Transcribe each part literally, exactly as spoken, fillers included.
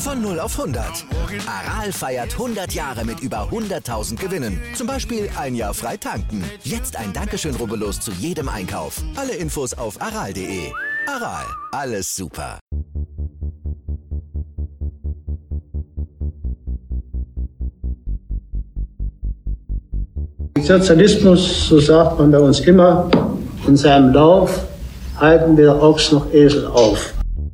Von null auf hundert. Aral feiert hundert Jahre mit über hunderttausend Gewinnen. Zum Beispiel ein Jahr frei tanken. Jetzt ein Dankeschön, rubbellos zu jedem Einkauf. Alle Infos auf aral punkt de. Aral, alles super. Sozialismus, so sagt man bei uns immer, in seinem Lauf halten weder Ochs noch Esel auf.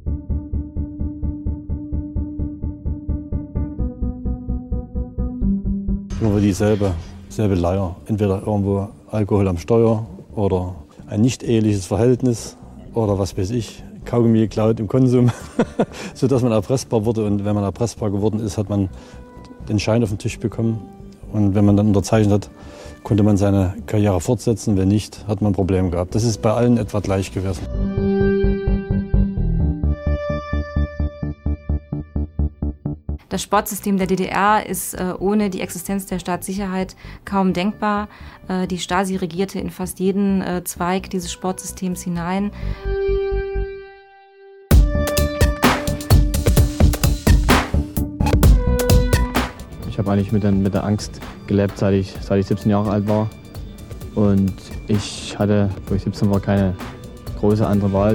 Nur dieselbe selbe Leier. Entweder irgendwo Alkohol am Steuer oder ein nicht eheliches Verhältnis oder was weiß ich, Kaugummi geklaut im Konsum, sodass man erpressbar wurde. Und wenn man erpressbar geworden ist, hat man den Schein auf den Tisch bekommen. Und wenn man dann unterzeichnet hat, konnte man seine Karriere fortsetzen. Wenn nicht, hat man ein Problem gehabt. Das ist bei allen etwa gleich gewesen. Das Sportsystem der D D R ist äh, ohne die Existenz der Staatssicherheit kaum denkbar. Äh, die Stasi regierte in fast jeden äh, Zweig dieses Sportsystems hinein. Ich habe eigentlich mit der, mit der Angst gelebt, seit ich, seit ich siebzehn Jahre alt war. Und ich hatte, wo ich siebzehn war, keine große andere Wahl.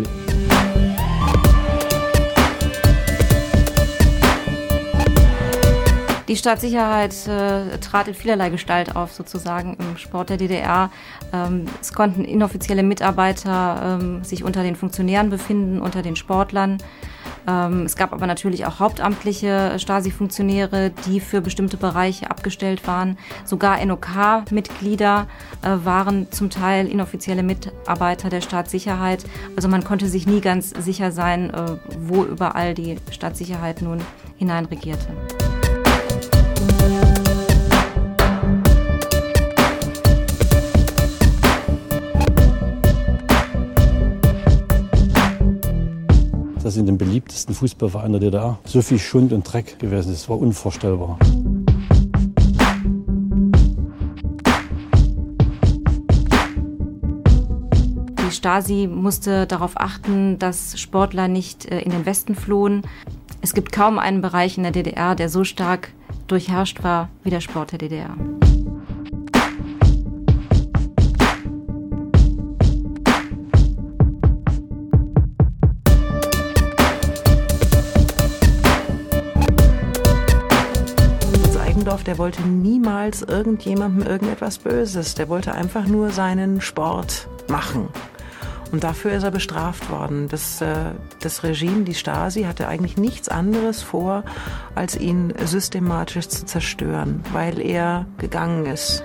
Die Staatssicherheit äh, trat in vielerlei Gestalt auf, sozusagen im Sport der D D R. Ähm, es konnten inoffizielle Mitarbeiter ähm, sich unter den Funktionären befinden, unter den Sportlern. Ähm, es gab aber natürlich auch hauptamtliche Stasi-Funktionäre, die für bestimmte Bereiche abgestellt waren. Sogar N O K-Mitglieder äh, waren zum Teil inoffizielle Mitarbeiter der Staatssicherheit. Also man konnte sich nie ganz sicher sein, äh, wo überall die Staatssicherheit nun hineinregierte. Das ist in den beliebtesten Fußballvereinen der D D R so viel Schund und Dreck gewesen ist. Das war unvorstellbar. Die Stasi musste darauf achten, dass Sportler nicht in den Westen flohen. Es gibt kaum einen Bereich in der D D R, der so stark durchherrscht war wie der Sport der D D R. Der wollte niemals irgendjemandem irgendetwas Böses. Der wollte einfach nur seinen Sport machen. Und dafür ist er bestraft worden. Das, das Regime, die Stasi, hatte eigentlich nichts anderes vor, als ihn systematisch zu zerstören, weil er gegangen ist.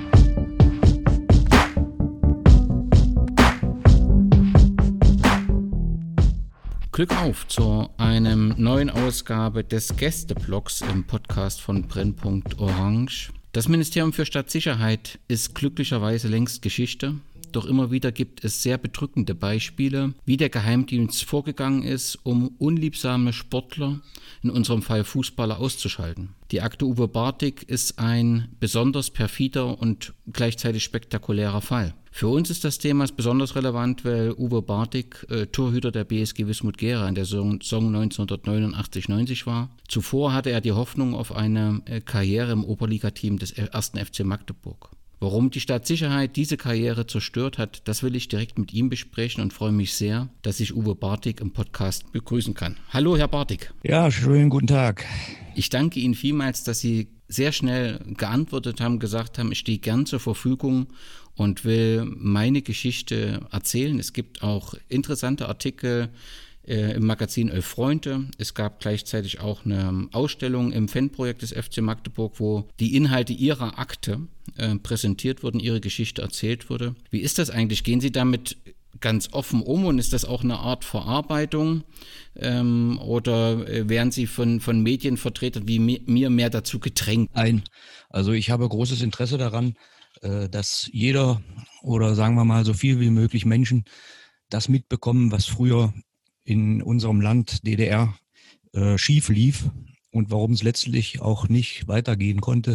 Glück auf zu einem neuen Ausgabe des Gästeblogs im Podcast von Brennpunkt Orange. Das Ministerium für Staatssicherheit ist glücklicherweise längst Geschichte. Doch immer wieder gibt es sehr bedrückende Beispiele, wie der Geheimdienst vorgegangen ist, um unliebsame Sportler, in unserem Fall Fußballer, auszuschalten. Die Akte Uwe Bartik ist ein besonders perfider und gleichzeitig spektakulärer Fall. Für uns ist das Thema besonders relevant, weil Uwe Bartik äh, Torhüter der B S G Wismut Gera in der Saison neunzehnhundertneunundachtzig neunzig war. Zuvor hatte er die Hoffnung auf eine äh, Karriere im Oberligateam des ersten F C Magdeburg. Warum die Staatssicherheit diese Karriere zerstört hat, das will ich direkt mit ihm besprechen und freue mich sehr, dass ich Uwe Bartik im Podcast begrüßen kann. Hallo, Herr Bartik. Ja, schönen guten Tag. Ich danke Ihnen vielmals, dass Sie sehr schnell geantwortet haben, gesagt haben, ich stehe gern zur Verfügung und will meine Geschichte erzählen. Es gibt auch interessante Artikel äh, im Magazin Elf Freunde. Es gab gleichzeitig auch eine Ausstellung im Fanprojekt des F C Magdeburg, wo die Inhalte Ihrer Akte äh, präsentiert wurden, Ihre Geschichte erzählt wurde. Wie ist das eigentlich? Gehen Sie damit ganz offen um und ist das auch eine Art Verarbeitung ähm, oder äh, werden Sie von, von Medienvertretern wie mi- mir mehr dazu gedrängt? Nein, also ich habe großes Interesse daran, äh, dass jeder oder sagen wir mal so viel wie möglich Menschen das mitbekommen, was früher in unserem Land D D R äh, schief lief und warum es letztlich auch nicht weitergehen konnte,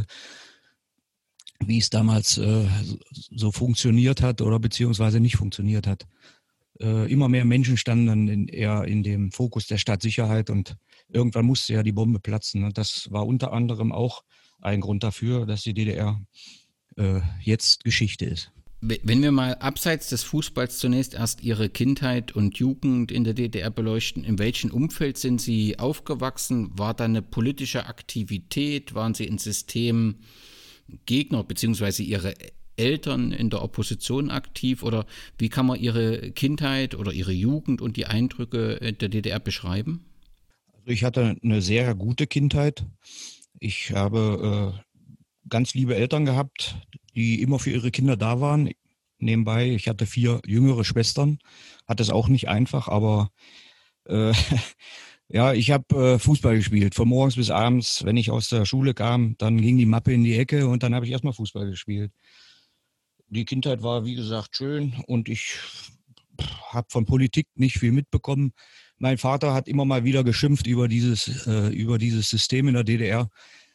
wie es damals äh, so funktioniert hat oder beziehungsweise nicht funktioniert hat. Äh, immer mehr Menschen standen dann in, eher in dem Fokus der Stadtsicherheit und irgendwann musste ja die Bombe platzen. Und das war unter anderem auch ein Grund dafür, dass die D D R äh, jetzt Geschichte ist. Wenn wir mal abseits des Fußballs zunächst erst Ihre Kindheit und Jugend in der D D R beleuchten, in welchem Umfeld sind Sie aufgewachsen? War da eine politische Aktivität? Waren Sie ein Systemgegner beziehungsweise Ihre Eltern in der Opposition aktiv? Oder wie kann man Ihre Kindheit oder Ihre Jugend und die Eindrücke der D D R beschreiben? Also ich hatte eine sehr gute Kindheit. Ich habe äh, ganz liebe Eltern gehabt, die immer für ihre Kinder da waren. Nebenbei, ich hatte vier jüngere Schwestern, hatte es auch nicht einfach, aber äh, ja, ich habe äh, Fußball gespielt, von morgens bis abends. Wenn ich aus der Schule kam, dann ging die Mappe in die Ecke und dann habe ich erstmal Fußball gespielt. Die Kindheit war, wie gesagt, schön und ich habe von Politik nicht viel mitbekommen. Mein Vater hat immer mal wieder geschimpft über dieses, äh, über dieses System in der D D R.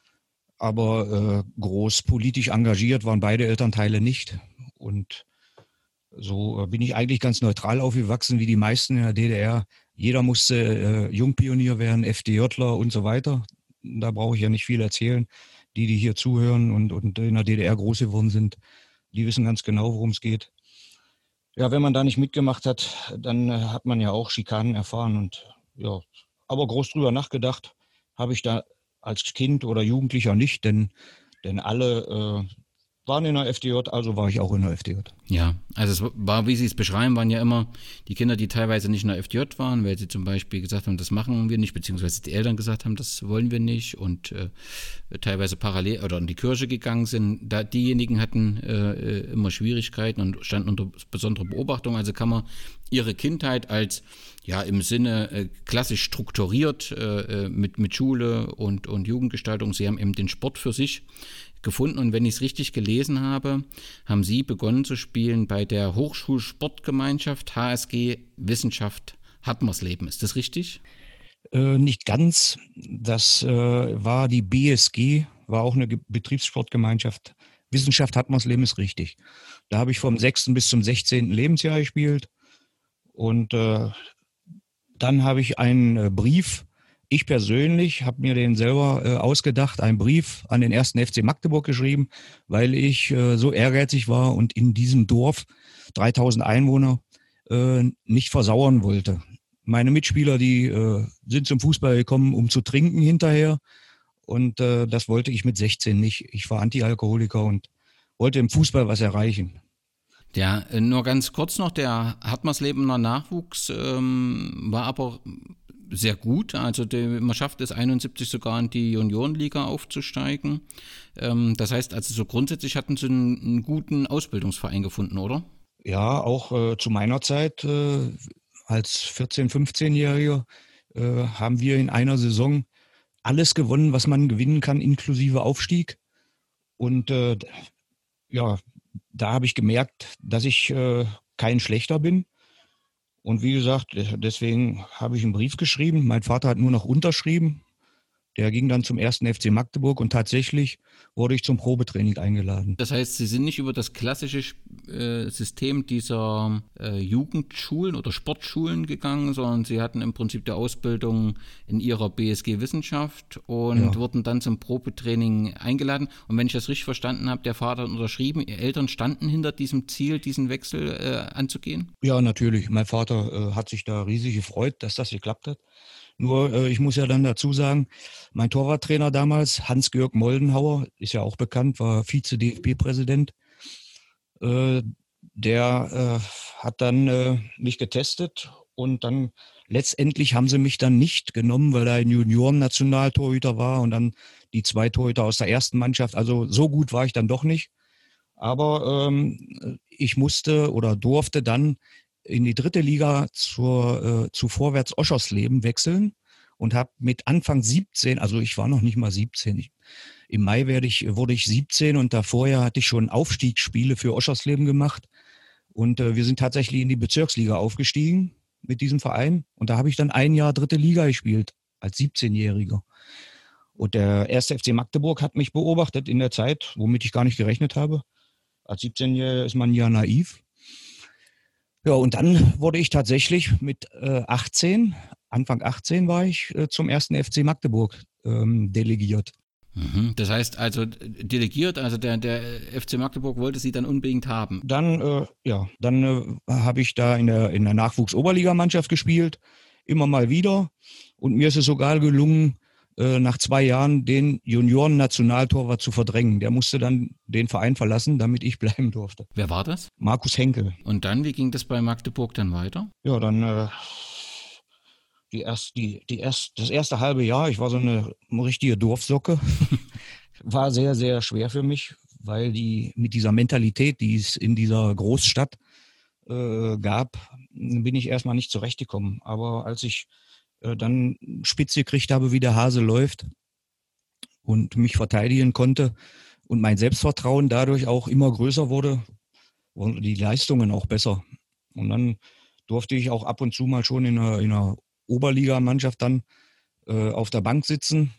Aber äh, groß politisch engagiert waren beide Elternteile nicht. Und so äh, bin ich eigentlich ganz neutral aufgewachsen, wie die meisten in der D D R. Jeder musste äh, Jungpionier werden, FDJler und so weiter. Da brauche ich ja nicht viel erzählen. Die, die hier zuhören und, und in der D D R groß geworden sind, die wissen ganz genau, worum es geht. Ja, wenn man da nicht mitgemacht hat, dann äh, hat man ja auch Schikanen erfahren. Und ja, aber groß drüber nachgedacht habe ich da als Kind oder Jugendlicher nicht, denn, denn alle äh, waren in der F D J, also war ich auch in der F D J. Ja, also es war, wie Sie es beschreiben, waren ja immer die Kinder, die teilweise nicht in der F D J waren, weil sie zum Beispiel gesagt haben, das machen wir nicht, beziehungsweise die Eltern gesagt haben, das wollen wir nicht und äh, teilweise parallel oder in die Kirche gegangen sind. Da diejenigen hatten äh, immer Schwierigkeiten und standen unter besonderer Beobachtung. Also kann man ihre Kindheit als ja im Sinne äh, klassisch strukturiert äh, mit, mit Schule und, und Jugendgestaltung, sie haben eben den Sport für sich gefunden und wenn ich es richtig gelesen habe, haben Sie begonnen zu spielen bei der Hochschulsportgemeinschaft H S G Wissenschaft Hartmarsleben. Ist das richtig? Äh, nicht ganz. Das äh, war die B S G, war auch eine Ge- Betriebssportgemeinschaft. Wissenschaft Hartmarsleben ist richtig. Da habe ich vom sechsten bis zum sechzehnten Lebensjahr gespielt und äh, dann habe ich einen äh, Brief. Ich persönlich habe mir den selber äh, ausgedacht, einen Brief an den ersten F C Magdeburg geschrieben, weil ich äh, so ehrgeizig war und in diesem Dorf, dreitausend Einwohner, äh, nicht versauern wollte. Meine Mitspieler, die äh, sind zum Fußball gekommen, um zu trinken hinterher und äh, das wollte ich mit sechzehn nicht. Ich war Antialkoholiker und wollte im Fußball was erreichen. Ja, nur ganz kurz noch, der Hartmarslebener Nachwuchs ähm, war aber sehr gut. Also die, man schafft es einundsiebzig sogar in die Juniorenliga aufzusteigen. Ähm, das heißt also so grundsätzlich hatten sie einen, einen guten Ausbildungsverein gefunden, oder? Ja, auch äh, zu meiner Zeit äh, als vierzehn-, fünfzehnjähriger äh, haben wir in einer Saison alles gewonnen, was man gewinnen kann, inklusive Aufstieg. Und äh, ja, da habe ich gemerkt, dass ich äh, kein Schlechter bin. Und wie gesagt, deswegen habe ich einen Brief geschrieben. Mein Vater hat nur noch unterschrieben. Der ging dann zum ersten F C Magdeburg und tatsächlich wurde ich zum Probetraining eingeladen. Das heißt, Sie sind nicht über das klassische äh, System dieser äh, Jugendschulen oder Sportschulen gegangen, sondern Sie hatten im Prinzip die Ausbildung in Ihrer B S G Wissenschaft und ja. wurden dann zum Probetraining eingeladen. Und wenn ich das richtig verstanden habe, der Vater hat unterschrieben, Ihre Eltern standen hinter diesem Ziel, diesen Wechsel äh, anzugehen? Ja, natürlich. Mein Vater äh, hat sich da riesig gefreut, dass das geklappt hat. Nur, äh, ich muss ja dann dazu sagen, mein Torwarttrainer damals, Hans-Georg Moldenhauer, ist ja auch bekannt, war Vize-D F B-Präsident. Äh, der äh, hat dann äh, mich getestet und dann letztendlich haben sie mich dann nicht genommen, weil er ein Junioren-Nationaltorhüter war und dann die zwei Torhüter aus der ersten Mannschaft. Also so gut war ich dann doch nicht. Aber ähm, ich musste oder durfte dann in die dritte Liga zur, äh, zu Vorwärts Oschersleben wechseln und habe mit Anfang siebzehn, also ich war noch nicht mal siebzehn, ich, im Mai werde ich, wurde ich siebzehn und davor hatte ich schon Aufstiegsspiele für Oschersleben gemacht und äh, wir sind tatsächlich in die Bezirksliga aufgestiegen mit diesem Verein und da habe ich dann ein Jahr dritte Liga gespielt als siebzehnjähriger. Und der erste F C Magdeburg hat mich beobachtet in der Zeit, womit ich gar nicht gerechnet habe. Als siebzehnjähriger ist man ja naiv. Ja, und dann wurde ich tatsächlich mit äh, achtzehn, Anfang achtzehn war ich äh, zum ersten F C Magdeburg ähm, delegiert. Mhm. Das heißt also delegiert, also der, der F C Magdeburg wollte Sie dann unbedingt haben. Dann, äh, ja, dann äh, habe ich da in der, in der Nachwuchs-Oberligamannschaft gespielt, immer mal wieder. Und mir ist es sogar gelungen, äh, nach zwei Jahren den Junioren-Nationaltorwart zu verdrängen. Der musste dann den Verein verlassen, damit ich bleiben durfte. Wer war das? Markus Henkel. Und dann, wie ging das bei Magdeburg dann weiter? Ja, dann äh, die erst, die, die erst, das erste halbe Jahr, ich war so eine richtige Dorfsocke, war sehr, sehr schwer für mich, weil die mit dieser Mentalität, die es in dieser Großstadt äh, gab, bin ich erstmal nicht zurechtgekommen. Aber als ich äh, dann spitz gekriegt habe, wie der Hase läuft und mich verteidigen konnte und mein Selbstvertrauen dadurch auch immer größer wurde, wurden die Leistungen auch besser. Und dann durfte ich auch ab und zu mal schon in einer, in einer Oberligamannschaft dann äh, auf der Bank sitzen,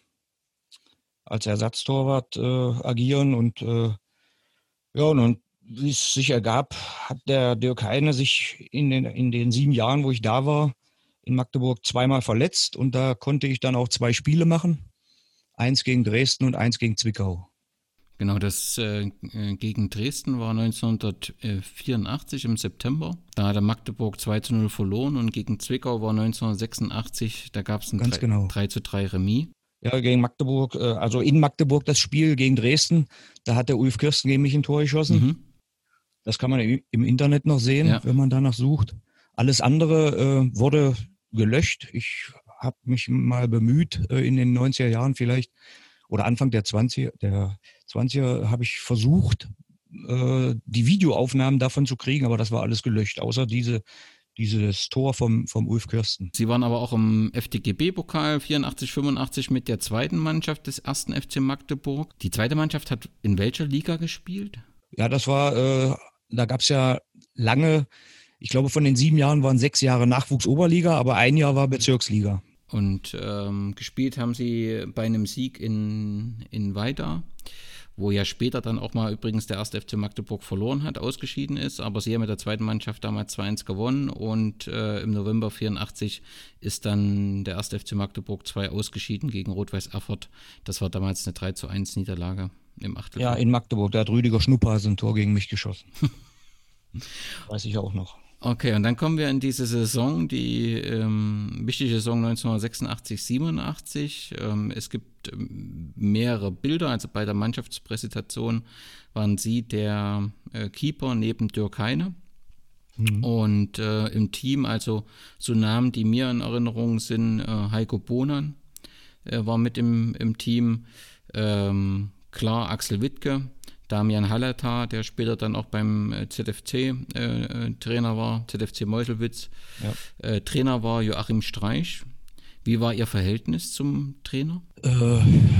als Ersatztorwart äh, agieren und äh, ja, und wie es sich ergab, hat der Dirk Heine sich in den, in den sieben Jahren, wo ich da war, in Magdeburg zweimal verletzt und da konnte ich dann auch zwei Spiele machen, eins gegen Dresden und eins gegen Zwickau. Genau, das äh, gegen Dresden war neunzehnhundertvierundachtzig im September. Da hat der Magdeburg zwei zu null verloren und gegen Zwickau war neunzehnhundertsechsundachtzig, da gab es ein Ganz genau. drei zu drei Remis. Ja, gegen Magdeburg, also in Magdeburg das Spiel gegen Dresden, da hat der Ulf Kirsten gegen mich ein Tor geschossen. Mhm. Das kann man im Internet noch sehen, ja, wenn man danach sucht. Alles andere äh, wurde gelöscht. Ich habe mich mal bemüht, äh, in den neunziger Jahren vielleicht, oder Anfang der zwanziger, der zwanziger habe ich versucht, äh, die Videoaufnahmen davon zu kriegen, aber das war alles gelöscht, außer diese dieses Tor vom, vom Ulf Kirsten. Sie waren aber auch im F D G B-Pokal vierundachtzig fünfundachtzig mit der zweiten Mannschaft des ersten F C Magdeburg. Die zweite Mannschaft hat in welcher Liga gespielt? Ja, das war, äh, da gab es ja lange, ich glaube von den sieben Jahren waren sechs Jahre Nachwuchs-Oberliga, aber ein Jahr war Bezirksliga. Und ähm, gespielt haben Sie bei einem Sieg in, in Weida, wo ja später dann auch mal übrigens der erste F C Magdeburg verloren hat, ausgeschieden ist. Aber sie haben mit der zweiten Mannschaft damals zwei eins gewonnen und äh, im November vierundachtzig ist dann der erste F C Magdeburg zwei ausgeschieden gegen Rot-Weiß Erfurt. Das war damals eine drei zu eins Niederlage im Achtelfinale. Ja, in Magdeburg. Da hat Rüdiger Schnupphase ein Tor gegen mich geschossen. Weiß ich auch noch. Okay, und dann kommen wir in diese Saison, die ähm, wichtige Saison neunzehnhundertsechsundachtzig siebenundachtzig. Ähm, es gibt ähm, mehrere Bilder, also bei der Mannschaftspräsentation waren Sie der äh, Keeper neben Dirk Heine. Mhm. Und äh, im Team, also so Namen, die mir in Erinnerung sind, äh, Heiko Bohnan äh, war mit im, im Team, ähm, klar Axel Wittke, Damian Hallertau, der später dann auch beim Z F C äh, Trainer war, Z F C Meuselwitz. Ja. Äh, Trainer war Joachim Streich. Wie war Ihr Verhältnis zum Trainer? Äh,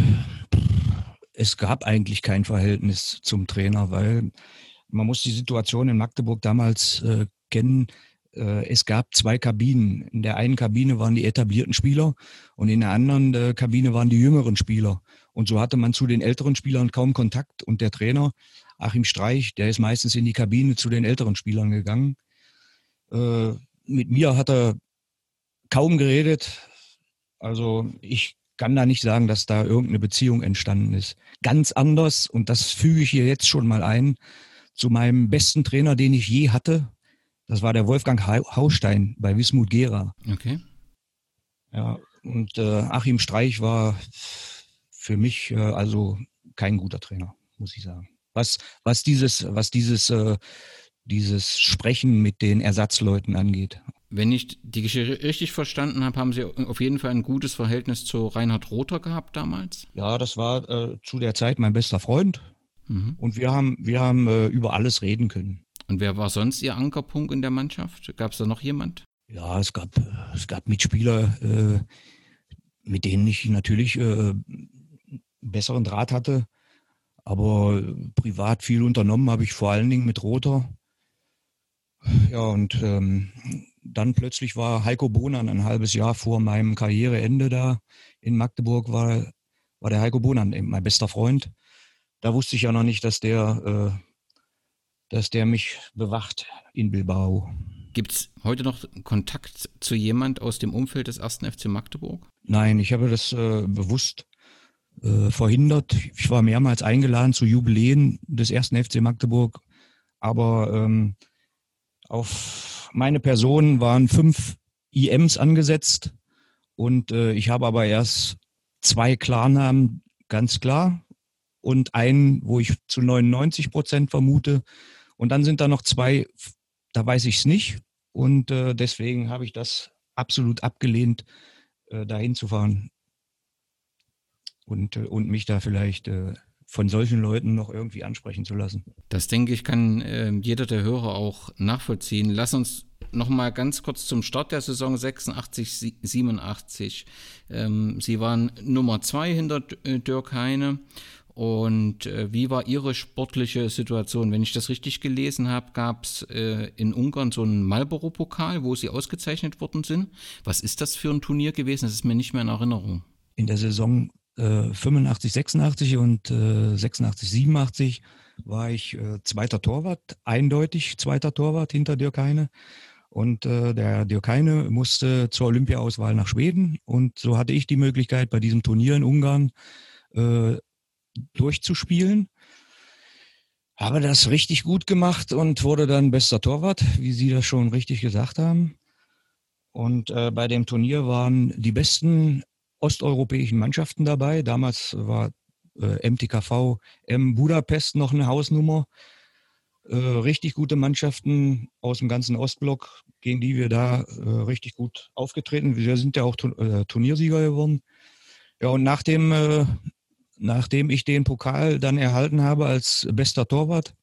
es gab eigentlich kein Verhältnis zum Trainer, weil man muss die Situation in Magdeburg damals äh, kennen. Äh, es gab zwei Kabinen. In der einen Kabine waren die etablierten Spieler und in der anderen äh, Kabine waren die jüngeren Spieler. Und so hatte man zu den älteren Spielern kaum Kontakt. Und der Trainer, Achim Streich, der ist meistens in die Kabine zu den älteren Spielern gegangen. Äh, mit mir hat er kaum geredet. Also ich kann da nicht sagen, dass da irgendeine Beziehung entstanden ist. Ganz anders, und das füge ich hier jetzt schon mal ein, zu meinem besten Trainer, den ich je hatte. Das war der Wolfgang Haustein bei Wismut Gera. Okay. Ja, und äh, Achim Streich war für mich äh, also kein guter Trainer, muss ich sagen. Was, was dieses, was dieses, äh, dieses Sprechen mit den Ersatzleuten angeht. Wenn ich die Geschichte richtig verstanden habe, haben Sie auf jeden Fall ein gutes Verhältnis zu Reinhard Rother gehabt damals? Ja, das war äh, zu der Zeit mein bester Freund. Mhm. Und wir haben, wir haben äh, über alles reden können. Und wer war sonst Ihr Ankerpunkt in der Mannschaft? Gab es da noch jemand? Ja, es gab, es gab Mitspieler, äh, mit denen ich natürlich äh, besseren Draht hatte, aber privat viel unternommen habe ich vor allen Dingen mit Rother. Ja, und ähm, dann plötzlich war Heiko Bohnan ein halbes Jahr vor meinem Karriereende da in Magdeburg, war, war der Heiko Bohnan eben mein bester Freund. Da wusste ich ja noch nicht, dass der, äh, dass der mich bewacht in Bilbao. Gibt es heute noch Kontakt zu jemand aus dem Umfeld des ersten F C Magdeburg? Nein, ich habe das äh, bewusst äh, verhindert. Ich war mehrmals eingeladen zu Jubiläen des ersten F C Magdeburg, aber ähm, auf meine Person waren fünf I Ms angesetzt und äh, ich habe aber erst zwei Klarnamen, ganz klar, und einen, wo ich zu neunundneunzig Prozent vermute. Und dann sind da noch zwei, da weiß ich es nicht. Und äh, deswegen habe ich das absolut abgelehnt, äh, dahin zu fahren und, äh, und mich da vielleicht äh, von solchen Leuten noch irgendwie ansprechen zu lassen. Das, denke ich, kann äh, jeder der Hörer auch nachvollziehen. Lass uns noch mal ganz kurz zum Start der Saison sechsundachtzig siebenundachtzig. Ähm, Sie waren Nummer zwei hinter äh, Dirk Heine. Und äh, wie war Ihre sportliche Situation? Wenn ich das richtig gelesen habe, gab es äh, in Ungarn so einen Marlboro-Pokal, wo Sie ausgezeichnet worden sind. Was ist das für ein Turnier gewesen? Das ist mir nicht mehr in Erinnerung. In der Saison äh, fünfundachtzig sechsundachtzig und äh, sechsundachtzig siebenundachtzig war ich äh, zweiter Torwart, eindeutig zweiter Torwart hinter Dirk Heine. Und äh, der Dirk Heine musste zur Olympia-Auswahl nach Schweden. Und so hatte ich die Möglichkeit, bei diesem Turnier in Ungarn äh, durchzuspielen. Habe das richtig gut gemacht und wurde dann bester Torwart, wie Sie das schon richtig gesagt haben. Und äh, bei dem Turnier waren die besten osteuropäischen Mannschaften dabei. Damals war äh, M T K V M Budapest noch eine Hausnummer. Äh, richtig gute Mannschaften aus dem ganzen Ostblock, gegen die wir da äh, richtig gut aufgetreten. Wir sind ja auch tu- äh, Turniersieger geworden. Ja, und nach dem äh, Nachdem ich den Pokal dann erhalten habe als bester Torwart,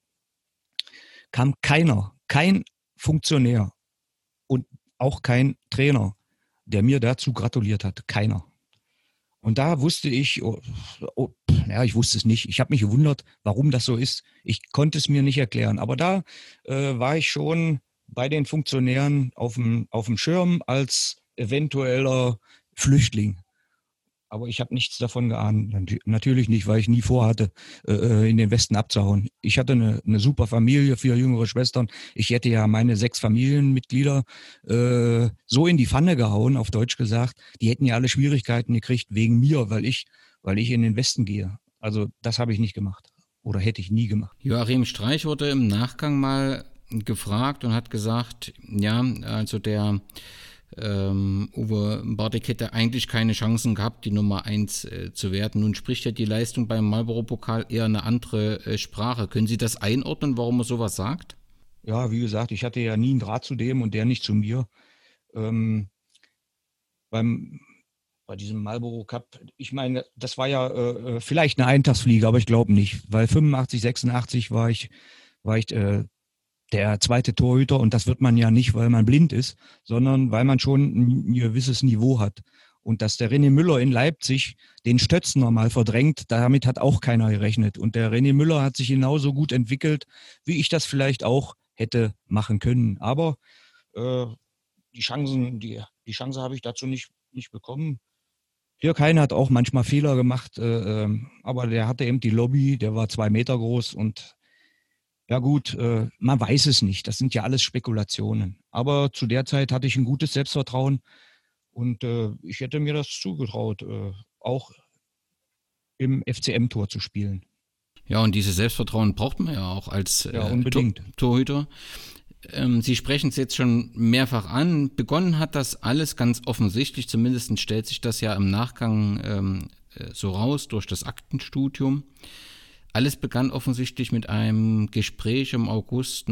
kam keiner, kein Funktionär und auch kein Trainer, der mir dazu gratuliert hat. Keiner. Und da wusste ich, oh, oh, ja, ich wusste es nicht. Ich habe mich gewundert, warum das so ist. Ich konnte es mir nicht erklären. Aber da äh, war ich schon bei den Funktionären auf dem, auf dem Schirm als eventueller Flüchtling. Aber ich habe nichts davon geahnt. Natürlich nicht, weil ich nie vorhatte, äh, in den Westen abzuhauen. Ich hatte eine, eine super Familie, vier jüngere Schwestern. Ich hätte ja meine sechs Familienmitglieder äh, so in die Pfanne gehauen, auf Deutsch gesagt. Die hätten ja alle Schwierigkeiten gekriegt wegen mir, weil ich, weil ich in den Westen gehe. Also das habe ich nicht gemacht oder hätte ich nie gemacht. Joachim Streich wurde im Nachgang mal gefragt und hat gesagt, ja, also der Ähm, Uwe Bardek hätte eigentlich keine Chancen gehabt, die Nummer eins äh, zu werden. Nun spricht ja die Leistung beim Marlboro-Pokal eher eine andere äh, Sprache. Können Sie das einordnen, warum er sowas sagt? Ja, wie gesagt, ich hatte ja nie einen Draht zu dem und der nicht zu mir. Ähm, beim, bei diesem Marlboro Cup, ich meine, das war ja äh, vielleicht eine Eintagsfliege, aber ich glaube nicht, weil fünfundachtzig, sechsundachtzig war ich, war ich äh, der zweite Torhüter und das wird man ja nicht, weil man blind ist, sondern weil man schon ein gewisses Niveau hat. Und dass der René Müller in Leipzig den Stötzner mal verdrängt, damit hat auch keiner gerechnet. Und der René Müller hat sich genauso gut entwickelt, wie ich das vielleicht auch hätte machen können. Aber äh, die Chancen, die, die Chance habe ich dazu nicht, nicht bekommen. Dirk Heine hat auch manchmal Fehler gemacht, äh, äh, aber der hatte eben die Lobby, der war zwei Meter groß und ja gut, äh, man weiß es nicht. Das sind ja alles Spekulationen. Aber zu der Zeit hatte ich ein gutes Selbstvertrauen und äh, ich hätte mir das zugetraut, äh, auch im F C M-Tor zu spielen. Ja, und dieses Selbstvertrauen braucht man ja auch als äh, ja, unbedingt. Tor- Torhüter. Ähm, Sie sprechen es jetzt schon mehrfach an. Begonnen hat das alles ganz offensichtlich, zumindest stellt sich das ja im Nachgang ähm, so raus durch das Aktenstudium. Alles begann offensichtlich mit einem Gespräch im August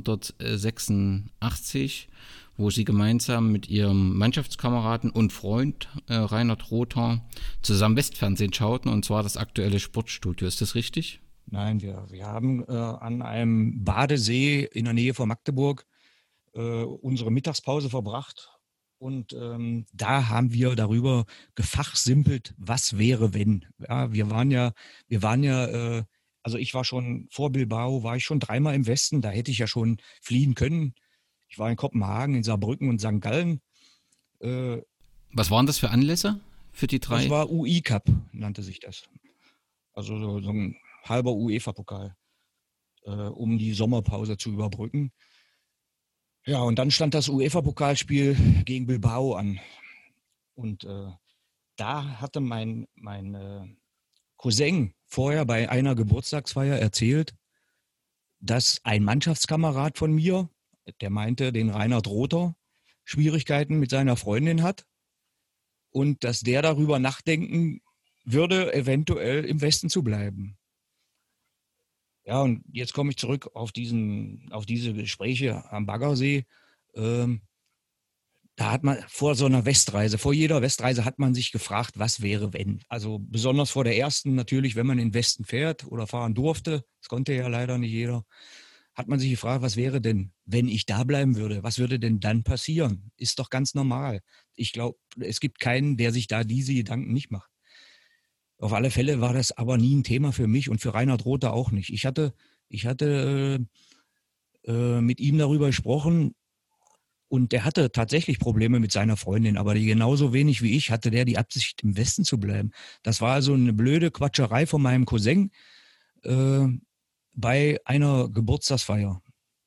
neunzehnhundertsechsundachtzig, wo Sie gemeinsam mit Ihrem Mannschaftskameraden und Freund äh, Reinhard Rother zusammen Westfernsehen schauten, und zwar das aktuelle Sportstudio. Ist das richtig? Nein, wir, wir haben äh, an einem Badesee in der Nähe von Magdeburg äh, unsere Mittagspause verbracht. Und ähm, da haben wir darüber gefachsimpelt, was wäre, wenn. Ja, wir waren ja, wir waren ja, äh, also ich war schon vor Bilbao, war ich schon dreimal im Westen, da hätte ich ja schon fliehen können. Ich war in Kopenhagen, in Saarbrücken und Sankt Gallen. Äh, was waren das für Anlässe für die drei? Das war U I Cup, nannte sich das. Also so, so ein halber UEFA-Pokal, äh, um die Sommerpause zu überbrücken. Ja, und dann stand das UEFA-Pokalspiel gegen Bilbao an. Und äh, da hatte mein, mein äh, Cousin vorher bei einer Geburtstagsfeier erzählt, dass ein Mannschaftskamerad von mir, der meinte, den Reinhard Rother, Schwierigkeiten mit seiner Freundin hat und dass der darüber nachdenken würde, eventuell im Westen zu bleiben. Ja, und jetzt komme ich zurück auf, diesen, auf diese Gespräche am Baggersee. Ähm, da hat man vor so einer Westreise, vor jeder Westreise hat man sich gefragt, was wäre, wenn. Also besonders vor der ersten natürlich, wenn man in den Westen fährt oder fahren durfte, das konnte ja leider nicht jeder, hat man sich gefragt, was wäre denn, wenn ich da bleiben würde? Was würde denn dann passieren? Ist doch ganz normal. Ich glaube, es gibt keinen, der sich da diese Gedanken nicht macht. Auf alle Fälle war das aber nie ein Thema für mich und für Reinhard Rother auch nicht. Ich hatte, ich hatte äh, äh, mit ihm darüber gesprochen und der hatte tatsächlich Probleme mit seiner Freundin, aber die genauso wenig wie ich hatte der die Absicht, im Westen zu bleiben. Das war also eine blöde Quatscherei von meinem Cousin äh, bei einer Geburtstagsfeier.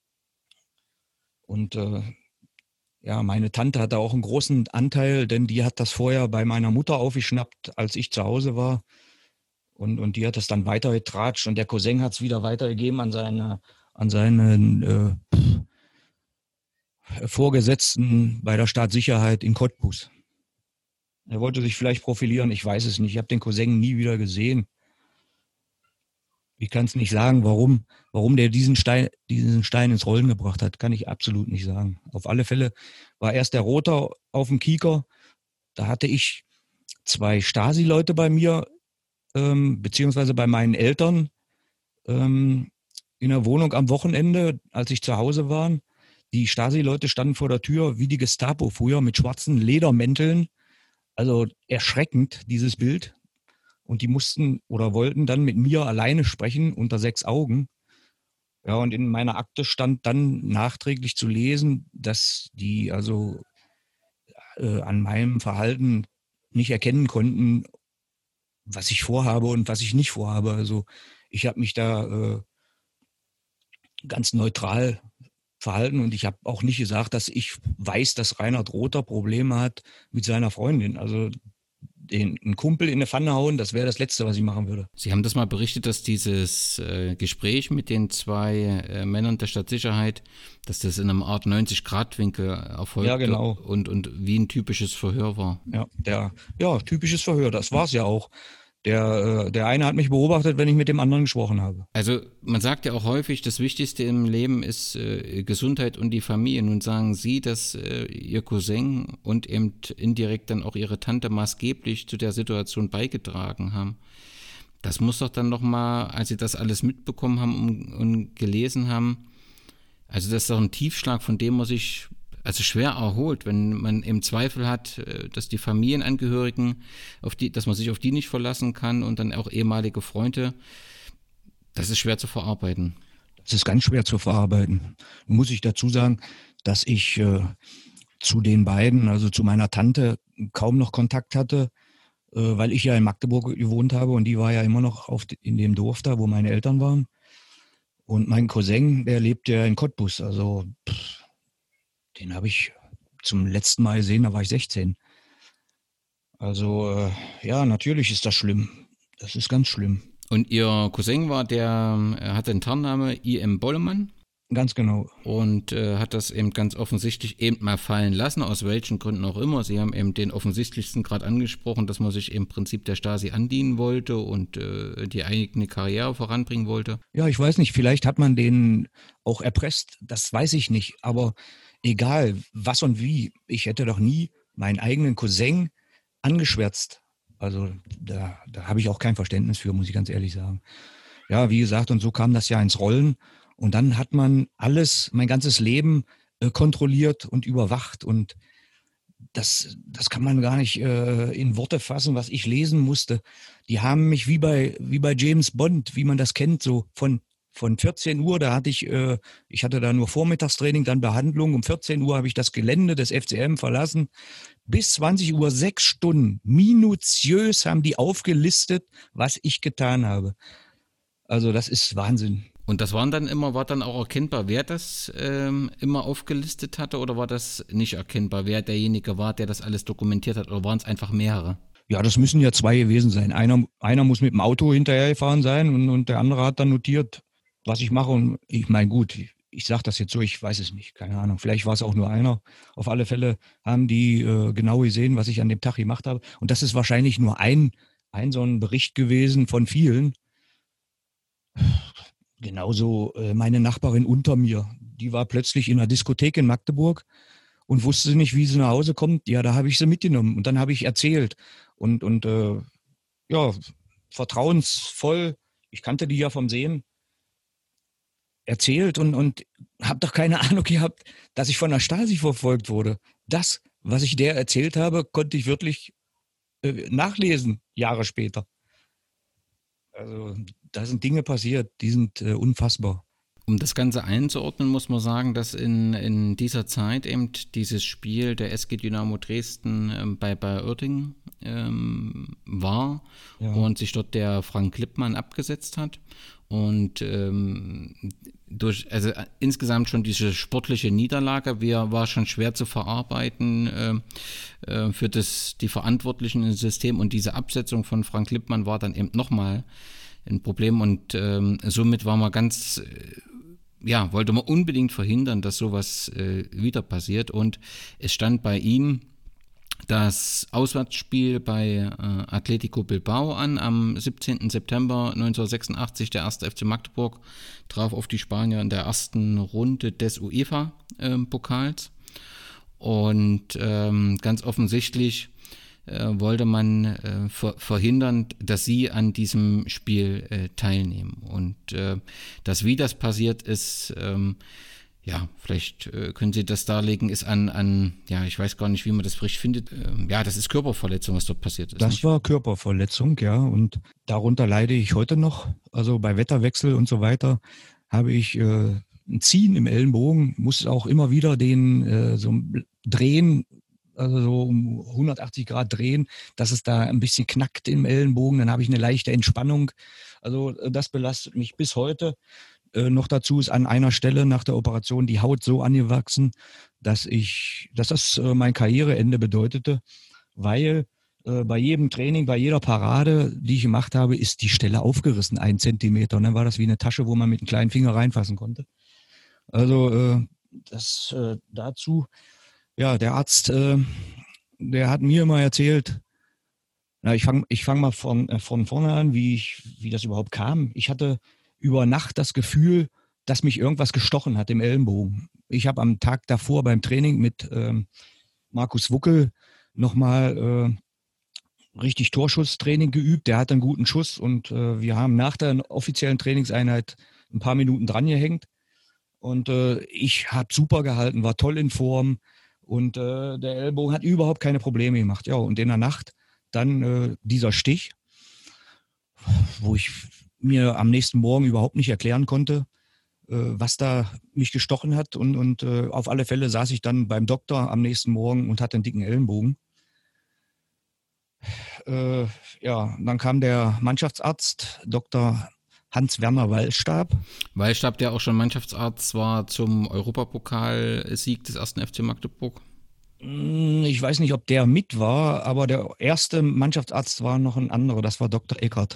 Und äh, ja, meine Tante hatte auch einen großen Anteil, denn die hat das vorher bei meiner Mutter aufgeschnappt, als ich zu Hause war. Und, und die hat das dann weitergetratscht und der Cousin hat es wieder weitergegeben an seine, an seinen äh, Vorgesetzten bei der Staatssicherheit in Cottbus. Er wollte sich vielleicht profilieren, ich weiß es nicht. Ich habe den Cousin nie wieder gesehen. Ich kann es nicht sagen, warum, warum der diesen Stein, diesen Stein ins Rollen gebracht hat, kann ich absolut nicht sagen. Auf alle Fälle war erst der Rother auf dem Kieker. Da hatte ich zwei Stasi-Leute bei mir, ähm, beziehungsweise bei meinen Eltern ähm, in der Wohnung am Wochenende, als ich zu Hause war. Die Stasi-Leute standen vor der Tür wie die Gestapo früher mit schwarzen Ledermänteln. Also erschreckend, dieses Bild. Und die mussten oder wollten dann mit mir alleine sprechen unter sechs Augen. Ja, und in meiner Akte stand dann nachträglich zu lesen, dass die also äh, an meinem Verhalten nicht erkennen konnten, was ich vorhabe und was ich nicht vorhabe. Also ich habe mich da äh, ganz neutral verhalten und ich habe auch nicht gesagt, dass ich weiß, dass Reinhard Rother Probleme hat mit seiner Freundin. Also den einen Kumpel in eine Pfanne hauen, das wäre das Letzte, was ich machen würde. Sie haben das mal berichtet, dass dieses äh, Gespräch mit den zwei äh, Männern der Stadtsicherheit, dass das in einem Art neunzig-Grad-Winkel erfolgte, ja, genau. und, und wie ein typisches Verhör war. Ja, der, ja, typisches Verhör, das war es ja auch. Der, äh, der eine hat mich beobachtet, wenn ich mit dem anderen gesprochen habe. Also man sagt ja auch häufig, das Wichtigste im Leben ist äh, Gesundheit und die Familie. Nun sagen Sie, dass äh, Ihr Cousin und eben indirekt dann auch Ihre Tante maßgeblich zu der Situation beigetragen haben. Das muss doch dann nochmal, als Sie das alles mitbekommen haben und, und gelesen haben, also das ist doch ein Tiefschlag, von dem man sich also schwer erholt, wenn man im Zweifel hat, dass die Familienangehörigen, auf die, dass man sich auf die nicht verlassen kann und dann auch ehemalige Freunde, das ist schwer zu verarbeiten. Das ist ganz schwer zu verarbeiten. Nun muss ich dazu sagen, dass ich äh, zu den beiden, also zu meiner Tante, kaum noch Kontakt hatte, äh, weil ich ja in Magdeburg gewohnt habe und die war ja immer noch auf, in dem Dorf da, wo meine Eltern waren. Und mein Cousin, der lebt ja in Cottbus, also pff, den habe ich zum letzten Mal gesehen, da war ich sechzehn. Also äh, ja, natürlich ist das schlimm. Das ist ganz schlimm. Und Ihr Cousin war der, er hatte den Tarnname I M Bollemann? Ganz genau. Und äh, hat das eben ganz offensichtlich eben mal fallen lassen, aus welchen Gründen auch immer. Sie haben eben den offensichtlichsten gerade angesprochen, dass man sich im Prinzip der Stasi andienen wollte und äh, die eigene Karriere voranbringen wollte. Ja, ich weiß nicht, vielleicht hat man den auch erpresst, das weiß ich nicht. Aber egal, was und wie, ich hätte doch nie meinen eigenen Cousin angeschwärzt. Also da, da habe ich auch kein Verständnis für, muss ich ganz ehrlich sagen. Ja, wie gesagt, und so kam das ja ins Rollen. Und dann hat man alles, mein ganzes Leben äh, kontrolliert und überwacht. Und das, das kann man gar nicht äh, in Worte fassen, was ich lesen musste. Die haben mich wie bei, wie bei James Bond, wie man das kennt, so von, von vierzehn Uhr, da hatte ich, äh, ich hatte da nur Vormittagstraining, dann Behandlung. Um vierzehn Uhr habe ich das Gelände des F C M verlassen. Bis zwanzig Uhr, sechs Stunden, minutiös haben die aufgelistet, was ich getan habe. Also das ist Wahnsinn. Und das waren dann immer, war dann auch erkennbar, wer das ähm, immer aufgelistet hatte, oder war das nicht erkennbar, wer derjenige war, der das alles dokumentiert hat, oder waren es einfach mehrere? Ja, das müssen ja zwei gewesen sein. Einer, einer muss mit dem Auto hinterhergefahren sein und, und der andere hat dann notiert, was ich mache. Und ich meine, gut, ich, ich sage das jetzt so, ich weiß es nicht, keine Ahnung. Vielleicht war es auch nur einer. Auf alle Fälle haben die äh, genau gesehen, was ich an dem Tag gemacht habe. Und das ist wahrscheinlich nur ein, ein so ein Bericht gewesen von vielen. Genauso äh, meine Nachbarin unter mir, die war plötzlich in einer Diskothek in Magdeburg und wusste nicht, wie sie nach Hause kommt. Ja, da habe ich sie mitgenommen und dann habe ich erzählt und, und äh, ja, vertrauensvoll, ich kannte die ja vom Sehen, erzählt und, und habe doch keine Ahnung gehabt, dass ich von der Stasi verfolgt wurde. Das, was ich der erzählt habe, konnte ich wirklich äh, nachlesen, Jahre später. Also da sind Dinge passiert, die sind äh, unfassbar. Um das Ganze einzuordnen, muss man sagen, dass in, in dieser Zeit eben dieses Spiel der S G Dynamo Dresden ähm, bei, bei Uerdingen ähm, war, ja, und sich dort der Frank Lippmann abgesetzt hat. Und ähm, durch, also äh, insgesamt schon diese sportliche Niederlage wir, war schon schwer zu verarbeiten äh, äh, für das, die Verantwortlichen im System, und diese Absetzung von Frank Lippmann war dann eben nochmal ein Problem, und ähm, somit war man ganz, äh, ja, wollte man unbedingt verhindern, dass sowas äh, wieder passiert, und es stand bei ihm das Auswärtsspiel bei äh, Atletico Bilbao an am siebzehnten September neunzehnhundertsechsundachtzig. Der erste F C Magdeburg traf auf die Spanier in der ersten Runde des UEFA-Pokals. Äh, und ähm, ganz offensichtlich äh, wollte man äh, ver- verhindern, dass sie an diesem Spiel äh, teilnehmen. Und äh, das, wie das passiert ist, ähm, ja, vielleicht äh, können Sie das darlegen, ist an, an, ja, ich weiß gar nicht, wie man das richtig findet. Ähm, ja, das ist Körperverletzung, was dort passiert ist. Das nicht? war Körperverletzung, ja, und darunter leide ich heute noch. Also bei Wetterwechsel und so weiter habe ich äh, ein Ziehen im Ellenbogen, muss auch immer wieder den äh, so drehen, also so um hundertachtzig Grad drehen, dass es da ein bisschen knackt im Ellenbogen. Dann habe ich eine leichte Entspannung. Also das belastet mich bis heute. Äh, noch dazu ist an einer Stelle nach der Operation die Haut so angewachsen, dass ich, dass das äh, mein Karriereende bedeutete, weil äh, bei jedem Training, bei jeder Parade, die ich gemacht habe, ist die Stelle aufgerissen, ein Zentimeter. Und dann war das wie eine Tasche, wo man mit einem kleinen Finger reinfassen konnte. Also äh, das äh, dazu, ja, der Arzt, äh, der hat mir immer erzählt, na, ich fange ich fang mal von, äh, von vorne an, wie, ich, wie das überhaupt kam. Ich hatte über Nacht das Gefühl, dass mich irgendwas gestochen hat im Ellenbogen. Ich habe am Tag davor beim Training mit ähm, Markus Wuckel nochmal äh, richtig Torschusstraining geübt. Der hat einen guten Schuss und äh, wir haben nach der offiziellen Trainingseinheit ein paar Minuten dran gehängt. Und äh, ich habe super gehalten, war toll in Form und äh, der Ellbogen hat überhaupt keine Probleme gemacht. Ja, und in der Nacht dann äh, dieser Stich, wo ich mir am nächsten Morgen überhaupt nicht erklären konnte, äh, was da mich gestochen hat. Und, und äh, auf alle Fälle saß ich dann beim Doktor am nächsten Morgen und hatte einen dicken Ellenbogen. Äh, ja, dann kam der Mannschaftsarzt, Doktor Hans-Werner Wallstab. Wallstab, der auch schon Mannschaftsarzt war zum Europapokalsieg des ersten F C Magdeburg. Ich weiß nicht, ob der mit war, aber der erste Mannschaftsarzt war noch ein anderer, das war Doktor Eckert.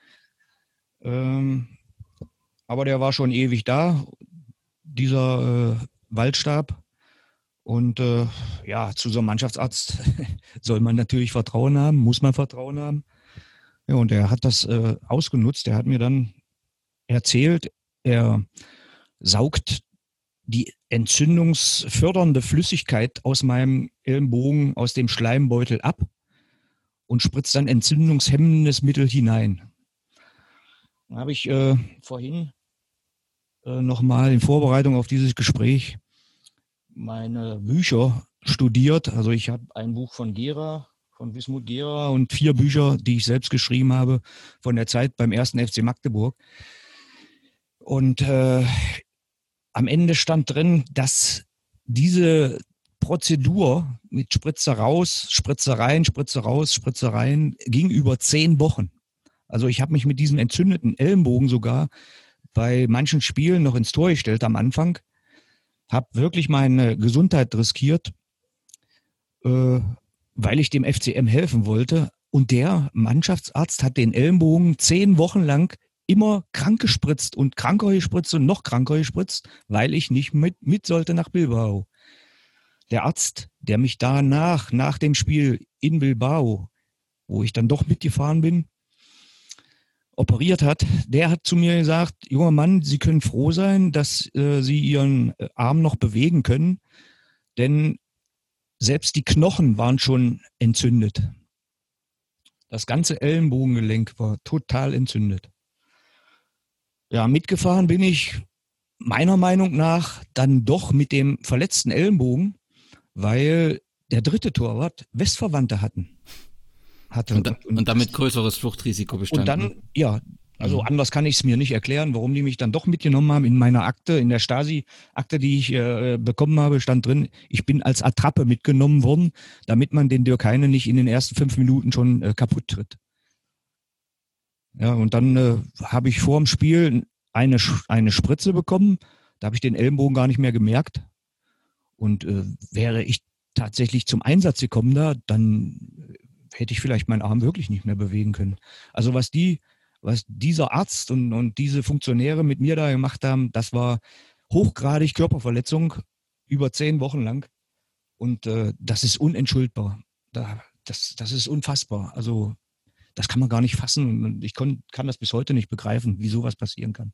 Ähm, aber der war schon ewig da, dieser äh, Wallstab. Und äh, ja, zu so einem Mannschaftsarzt soll man natürlich Vertrauen haben, muss man Vertrauen haben. Ja, und er hat das äh, ausgenutzt. Er hat mir dann erzählt, er saugt die entzündungsfördernde Flüssigkeit aus meinem Ellenbogen, aus dem Schleimbeutel ab und spritzt dann entzündungshemmendes Mittel hinein. Dann habe ich äh, vorhin äh, nochmal in Vorbereitung auf dieses Gespräch meine Bücher studiert. Also ich habe ein Buch von Gera, von Wismut Gera und vier Bücher, die ich selbst geschrieben habe von der Zeit beim ersten F C Magdeburg. Und äh, am Ende stand drin, dass diese Prozedur mit Spritzer raus, Spritzer rein, Spritzer raus, Spritzer rein ging über zehn Wochen. Also ich habe mich mit diesem entzündeten Ellenbogen sogar bei manchen Spielen noch ins Tor gestellt am Anfang, habe wirklich meine Gesundheit riskiert, äh, weil ich dem F C M helfen wollte. Und der Mannschaftsarzt hat den Ellenbogen zehn Wochen lang immer krank gespritzt und kranker gespritzt und noch kranker gespritzt, weil ich nicht mit, mit sollte nach Bilbao. Der Arzt, der mich danach, nach dem Spiel in Bilbao, wo ich dann doch mitgefahren bin, operiert hat, der hat zu mir gesagt, junger Mann, Sie können froh sein, dass äh, Sie Ihren Arm noch bewegen können, denn selbst die Knochen waren schon entzündet. Das ganze Ellenbogengelenk war total entzündet. Ja, mitgefahren bin ich meiner Meinung nach dann doch mit dem verletzten Ellenbogen, weil der dritte Torwart Westverwandte hatten. Hatte. Und, da, und, und damit größeres Fluchtrisiko bestanden. Und dann, ja, also mhm. anders kann ich es mir nicht erklären, warum die mich dann doch mitgenommen haben. In meiner Akte, in der Stasi-Akte, die ich äh, bekommen habe, stand drin, ich bin als Attrappe mitgenommen worden, damit man den Dürkheine nicht in den ersten fünf Minuten schon äh, kaputt tritt. Ja, und dann äh, habe ich vor dem Spiel eine, eine Spritze bekommen, da habe ich den Ellenbogen gar nicht mehr gemerkt. Und äh, wäre ich tatsächlich zum Einsatz gekommen da, dann hätte ich vielleicht meinen Arm wirklich nicht mehr bewegen können. Also was die, was dieser Arzt und, und diese Funktionäre mit mir da gemacht haben, das war hochgradig Körperverletzung über zehn Wochen lang. Und äh, das ist unentschuldbar. Da, das, das ist unfassbar. Also das kann man gar nicht fassen. Und ich kon, kann das bis heute nicht begreifen, wie sowas passieren kann.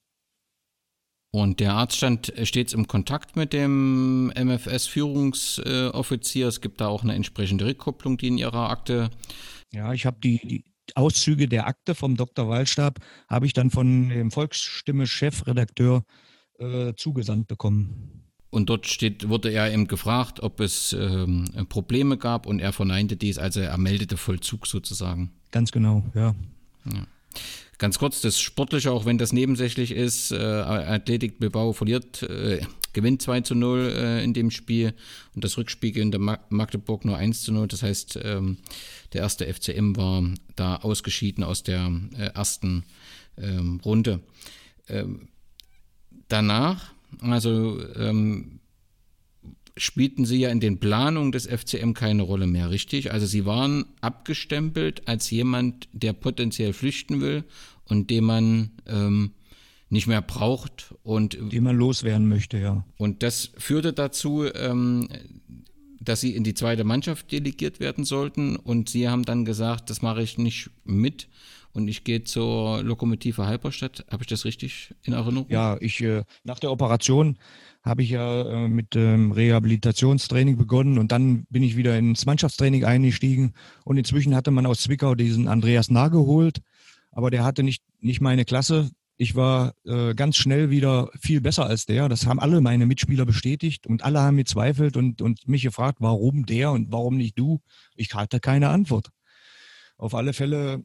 Und der Arzt stand stets im Kontakt mit dem M F S-Führungsoffizier. Es gibt da auch eine entsprechende Rückkopplung, die in Ihrer Akte. Ja, ich habe die, die Auszüge der Akte vom Doktor Wallstab, habe ich dann von dem Volksstimme-Chefredakteur äh, zugesandt bekommen. Und dort steht, wurde er eben gefragt, ob es ähm, Probleme gab, und er verneinte dies, also er meldete Vollzug sozusagen. Ganz genau, ja. ja. Ganz kurz, das Sportliche, auch wenn das nebensächlich ist, äh, Athletik Bilbao verliert, äh, gewinnt zwei zu null äh, in dem Spiel, und das Rückspiel in der Magdeburg nur eins zu null. Das heißt, ähm, der erste F C M war da ausgeschieden aus der äh, ersten ähm, Runde. Ähm, danach, also ähm, spielten sie ja in den Planungen des F C M keine Rolle mehr, richtig? Also sie waren abgestempelt als jemand, der potenziell flüchten will und den man ähm, nicht mehr braucht. Und den man loswerden möchte, ja. Und das führte dazu, ähm, dass sie in die zweite Mannschaft delegiert werden sollten, und sie haben dann gesagt, das mache ich nicht mit und ich gehe zur Lokomotive Halberstadt. Habe ich das richtig in Erinnerung? Ja, ich äh, nach der Operation habe ich ja äh, mit ähm, Rehabilitationstraining begonnen, und dann bin ich wieder ins Mannschaftstraining eingestiegen, und inzwischen hatte man aus Zwickau diesen Andreas Nah geholt, aber der hatte nicht, nicht meine Klasse. Ich war äh, ganz schnell wieder viel besser als der. Das haben alle meine Mitspieler bestätigt, und alle haben gezweifelt und, und mich gefragt, warum der und warum nicht du? Ich hatte keine Antwort. Auf alle Fälle,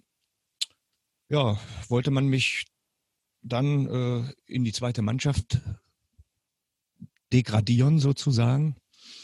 ja, wollte man mich dann äh, in die zweite Mannschaft degradieren sozusagen.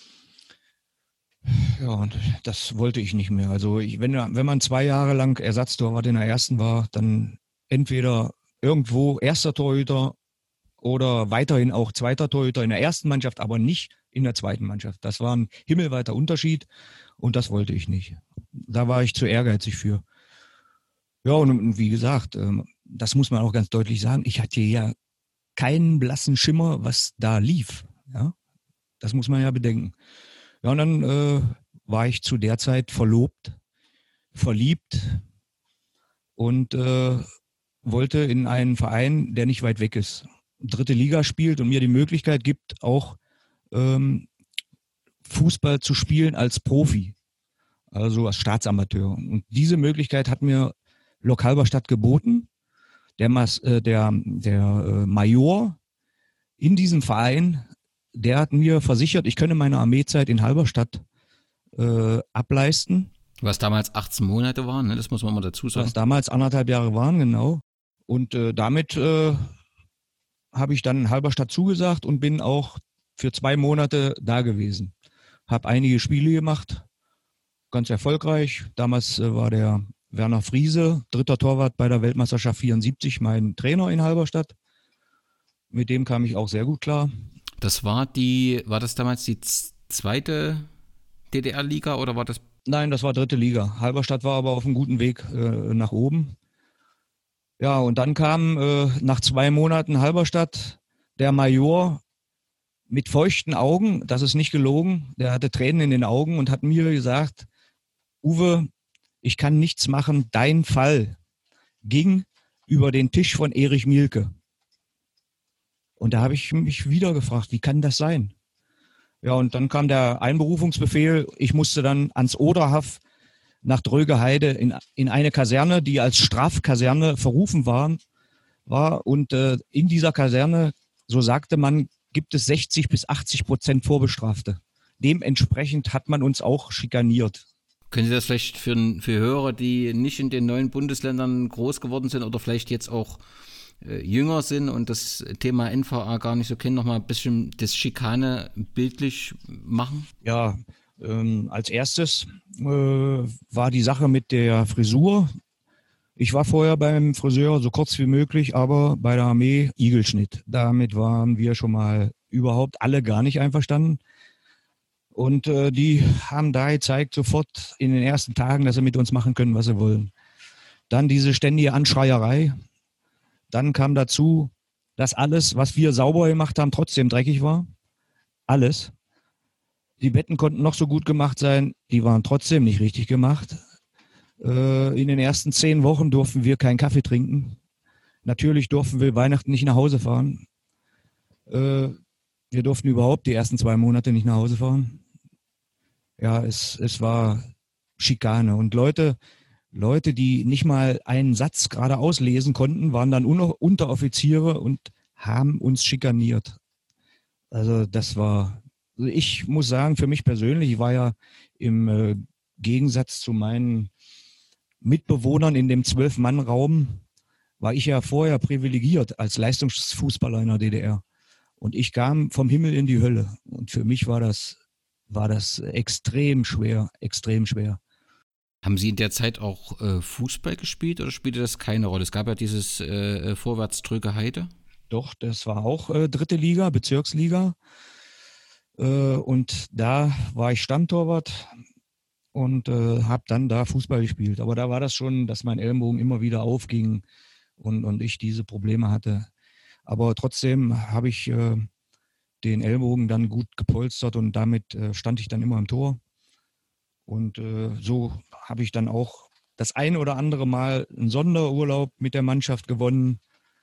Ja, und das wollte ich nicht mehr. Also ich, wenn, wenn man zwei Jahre lang Ersatztorwart in der ersten war, dann entweder irgendwo erster Torhüter oder weiterhin auch zweiter Torhüter in der ersten Mannschaft, aber nicht in der zweiten Mannschaft. Das war ein himmelweiter Unterschied, und das wollte ich nicht. Da war ich zu ehrgeizig für. Ja, und wie gesagt, das muss man auch ganz deutlich sagen, ich hatte ja keinen blassen Schimmer, was da lief. Ja, das muss man ja bedenken. Ja, und dann äh, war ich zu der Zeit verlobt, verliebt und äh, wollte in einen Verein, der nicht weit weg ist, dritte Liga spielt und mir die Möglichkeit gibt, auch ähm, Fußball zu spielen als Profi, also als Staatsamateur. Und diese Möglichkeit hat mir Lok Halberstadt geboten. Der, Mas, äh, der, der äh, Major in diesem Verein, der hat mir versichert, ich könne meine Armeezeit in Halberstadt äh, ableisten. Was damals achtzehn Monate waren, ne? Das muss man mal dazu sagen. Was damals anderthalb Jahre waren, genau. Und äh, damit äh, habe ich dann in Halberstadt zugesagt und bin auch für zwei Monate da gewesen. Habe einige Spiele gemacht, ganz erfolgreich. Damals äh, war der Werner Friese, dritter Torwart bei der Weltmeisterschaft vierundsiebzig, mein Trainer in Halberstadt. mit dem kam ich auch sehr gut klar. Das war die, war das damals die z- zweite D D R-Liga oder war das? Nein, das war dritte Liga. Halberstadt war aber auf einem guten Weg äh, nach oben. Ja, und dann kam äh, nach zwei Monaten Halberstadt der Major mit feuchten Augen, das ist nicht gelogen, der hatte Tränen in den Augen und hat mir gesagt, Uwe, ich kann nichts machen, dein Fall ging über den Tisch von Erich Mielke. Und da habe ich mich wieder gefragt, wie kann das sein? Ja, und dann kam der Einberufungsbefehl, ich musste dann ans Oderhaf nach Drögeheide in, in eine Kaserne, die als Strafkaserne verrufen waren, war. Und äh, in dieser Kaserne, so sagte man, gibt es sechzig bis achtzig Prozent Vorbestrafte. Dementsprechend hat man uns auch schikaniert. Können Sie das vielleicht für, für Hörer, die nicht in den neuen Bundesländern groß geworden sind oder vielleicht jetzt auch äh, jünger sind und das Thema N V A gar nicht so kennen, nochmal ein bisschen das Schikane bildlich machen? Ja, ähm, als erstes äh, war die Sache mit der Frisur. Ich war vorher beim Friseur so kurz wie möglich, aber bei der Armee Igelschnitt. Damit waren wir schon mal überhaupt alle gar nicht einverstanden. Und äh, die haben da gezeigt sofort in den ersten Tagen, dass sie mit uns machen können, was sie wollen. Dann diese ständige Anschreierei. Dann kam dazu, dass alles, was wir sauber gemacht haben, trotzdem dreckig war. Alles. Die Betten konnten noch so gut gemacht sein, die waren trotzdem nicht richtig gemacht. In den ersten zehn Wochen durften wir keinen Kaffee trinken. Natürlich durften wir Weihnachten nicht nach Hause fahren. Wir durften überhaupt die ersten zwei Monate nicht nach Hause fahren. Ja, es, es war Schikane. Und Leute, Leute, die nicht mal einen Satz gerade auslesen konnten, waren dann Unteroffiziere und haben uns schikaniert. Also das war, also ich muss sagen, für mich persönlich, ich war ja im äh, Gegensatz zu meinen Mitbewohnern in dem Zwölf-Mann-Raum, war ich ja vorher privilegiert als Leistungsfußballer in der D D R. Und ich kam vom Himmel in die Hölle. Und für mich war das, war das extrem schwer, extrem schwer. Haben Sie in der Zeit auch äh, Fußball gespielt oder spielte das keine Rolle? Es gab ja dieses äh, Vorwärts-Drögeheide. Doch, das war auch äh, dritte Liga, Bezirksliga. Äh, und da war ich Stammtorwart und äh, habe dann da Fußball gespielt. Aber da war das schon, dass mein Ellenbogen immer wieder aufging und, und ich diese Probleme hatte. Aber trotzdem habe ich äh, den Ellbogen dann gut gepolstert und damit äh, stand ich dann immer im Tor. Und äh, so habe ich dann auch das ein oder andere Mal einen Sonderurlaub mit der Mannschaft gewonnen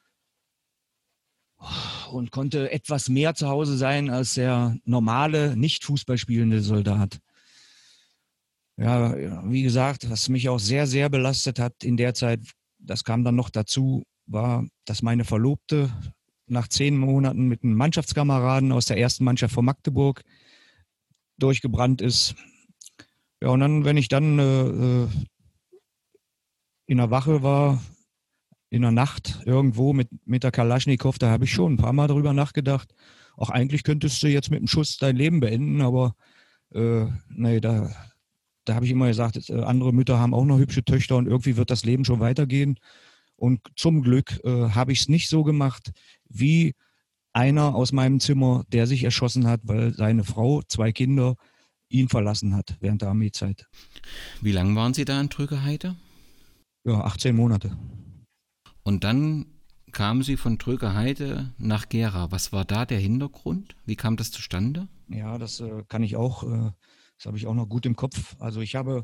und konnte etwas mehr zu Hause sein als der normale, nicht Fußball spielende Soldat. Ja, wie gesagt, was mich auch sehr, sehr belastet hat in der Zeit, das kam dann noch dazu, war, dass meine Verlobte nach zehn Monaten mit einem Mannschaftskameraden aus der ersten Mannschaft von Magdeburg durchgebrannt ist. Ja, und dann, wenn ich dann äh, in der Wache war, in der Nacht irgendwo mit, mit der Kalaschnikow, da habe ich schon ein paar Mal darüber nachgedacht. Auch eigentlich könntest du jetzt mit dem Schuss dein Leben beenden, aber äh, nee, da, da habe ich immer gesagt, äh, andere Mütter haben auch noch hübsche Töchter und irgendwie wird das Leben schon weitergehen. Und zum Glück äh, habe ich es nicht so gemacht wie einer aus meinem Zimmer, der sich erschossen hat, weil seine Frau, zwei Kinder, ihn verlassen hat während der Armeezeit. Wie lange waren Sie da in Drögeheide? Ja, achtzehn Monate. Und dann kamen Sie von Drögeheide nach Gera. Was war da der Hintergrund? Wie kam das zustande? Ja, das äh, kann ich auch, äh, das habe ich auch noch gut im Kopf. Also ich habe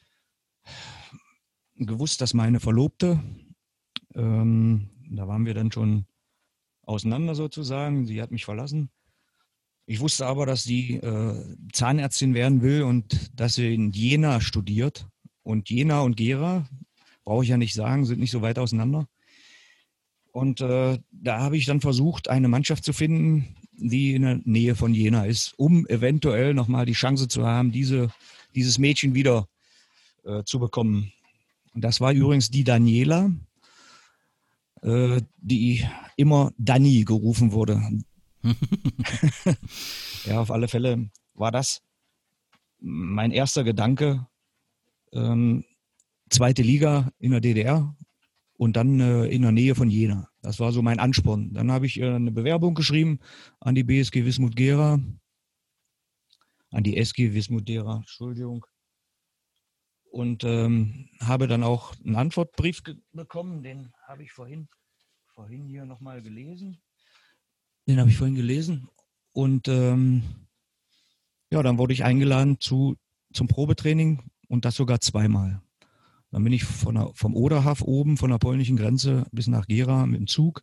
gewusst, dass meine Verlobte, ähm, da waren wir dann schon auseinander sozusagen, sie hat mich verlassen. Ich wusste aber, dass sie äh, Zahnärztin werden will und dass sie in Jena studiert. Und Jena und Gera, brauche ich ja nicht sagen, sind nicht so weit auseinander. Und äh, da habe ich dann versucht, eine Mannschaft zu finden, die in der Nähe von Jena ist, um eventuell nochmal die Chance zu haben, diese, dieses Mädchen wieder äh, zu bekommen. Und das war übrigens die Daniela, äh, die immer Dani gerufen wurde. Ja, auf alle Fälle war das mein erster Gedanke. Ähm, zweite Liga in der D D R und dann äh, in der Nähe von Jena. Das war so mein Ansporn. Dann habe ich äh, eine Bewerbung geschrieben an die B S G Wismut Gera, an die S G Wismut Gera, Entschuldigung. Und ähm, habe dann auch einen Antwortbrief ge- bekommen, den habe ich vorhin, vorhin hier nochmal gelesen. Den habe ich vorhin gelesen. Und ähm, ja, dann wurde ich eingeladen zu, zum Probetraining und das sogar zweimal. Dann bin ich von der, vom Oderhaf oben, von der polnischen Grenze bis nach Gera mit dem Zug.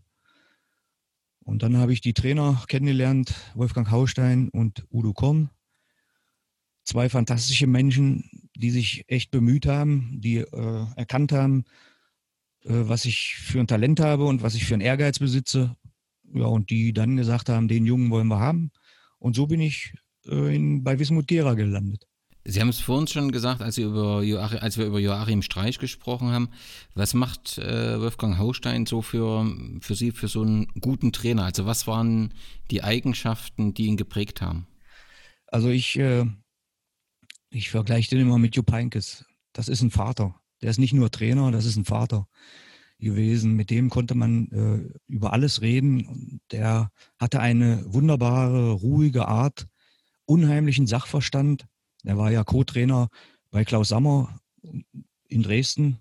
Und dann habe ich die Trainer kennengelernt, Wolfgang Haustein und Udo Korn. Zwei fantastische Menschen, die sich echt bemüht haben, die äh, erkannt haben, äh, was ich für ein Talent habe und was ich für einen Ehrgeiz besitze. Ja, und die dann gesagt haben, den Jungen wollen wir haben. Und so bin ich äh, in, bei Wismut Gera gelandet. Sie haben es vorhin schon gesagt, als, Sie über Joachim, als wir über Joachim Streich gesprochen haben. Was macht äh, Wolfgang Haustein so für, für Sie, für so einen guten Trainer? Also was waren die Eigenschaften, die ihn geprägt haben? Also ich, äh, ich vergleiche den immer mit Jupp Heynckes. Das ist ein Vater. Der ist nicht nur Trainer, das ist ein Vater gewesen. Mit dem konnte man äh, über alles reden. Der hatte eine wunderbare, ruhige Art, unheimlichen Sachverstand. Er war ja Co-Trainer bei Klaus Sammer in Dresden.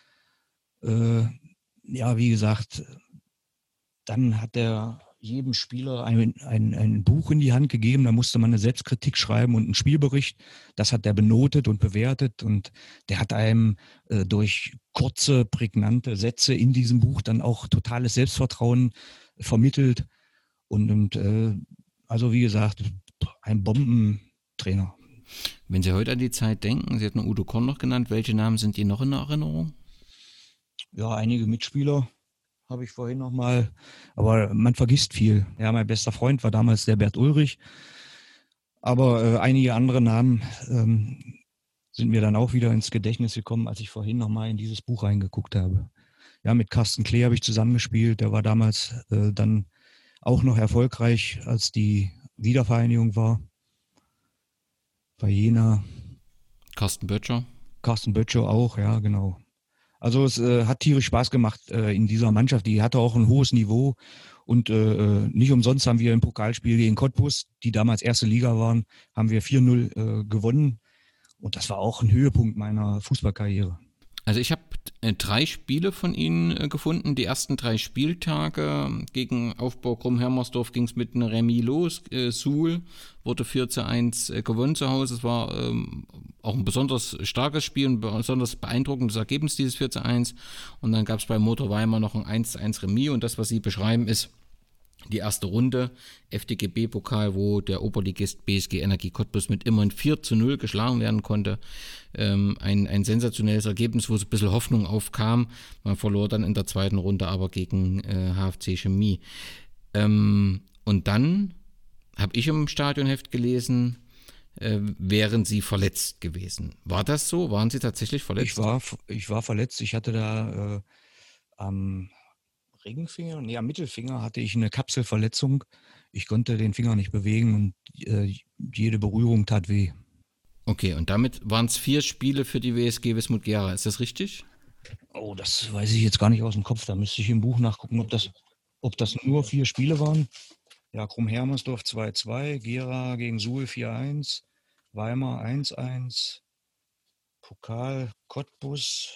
Äh, ja, wie gesagt, dann hat er jedem Spieler ein, ein, ein Buch in die Hand gegeben. Da musste man eine Selbstkritik schreiben und einen Spielbericht. Das hat er benotet und bewertet. Und der hat einem äh, durch kurze, prägnante Sätze in diesem Buch dann auch totales Selbstvertrauen vermittelt. Und, und äh, also wie gesagt, ein Bombentrainer. Wenn Sie heute an die Zeit denken, Sie hatten Udo Korn noch genannt, welche Namen sind Ihnen noch in Erinnerung? Ja, einige Mitspieler habe ich vorhin nochmal, aber man vergisst viel. Ja, mein bester Freund war damals der Bert Ulrich, aber äh, einige andere Namen ähm, sind mir dann auch wieder ins Gedächtnis gekommen, als ich vorhin nochmal in dieses Buch reingeguckt habe. Ja, mit Carsten Klee habe ich zusammengespielt, der war damals äh, dann auch noch erfolgreich, als die Wiedervereinigung war. Bei Jena. Carsten Böttcher. Carsten Böttcher auch, ja, genau. Also es äh, hat tierisch Spaß gemacht äh, in dieser Mannschaft. Die hatte auch ein hohes Niveau und äh, nicht umsonst haben wir im Pokalspiel gegen Cottbus, die damals erste Liga waren, haben wir vier null äh, gewonnen. Und das war auch ein Höhepunkt meiner Fußballkarriere. Also ich habe äh, drei Spiele von Ihnen äh, gefunden. Die ersten drei Spieltage gegen Aufbau Krumm-Hermersdorf ging es mit einem Remis los. Äh, Suhl wurde vier zu eins äh, gewonnen zu Hause. Es war ähm, auch ein besonders starkes Spiel, ein besonders beeindruckendes Ergebnis, dieses vier zu eins. Und dann gab es bei Motor Weimar noch ein eins zu eins Remis. Und das, was Sie beschreiben, ist die erste Runde, F D G B-Pokal, wo der Oberligist B S G Energie Cottbus mit immerhin vier zu null geschlagen werden konnte. Ähm, ein, ein sensationelles Ergebnis, wo so ein bisschen Hoffnung aufkam. Man verlor dann in der zweiten Runde aber gegen äh, H F C Chemie. Ähm, und dann habe ich im Stadionheft gelesen, äh, wären Sie verletzt gewesen. War das so? Waren Sie tatsächlich verletzt? Ich war, ich war verletzt. Ich hatte da äh, am Ringfinger, nee, am Mittelfinger hatte ich eine Kapselverletzung. Ich konnte den Finger nicht bewegen und äh, jede Berührung tat weh. Okay, und damit waren es vier Spiele für die W S G Wismut Gera. Ist das richtig? Oh, das weiß ich jetzt gar nicht aus dem Kopf. Da müsste ich im Buch nachgucken, ob das, ob das nur vier Spiele waren. Ja, Krumm-Hermersdorf zwei zwei, Gera gegen Suhl vier eins, Weimar eins eins, Pokal Cottbus,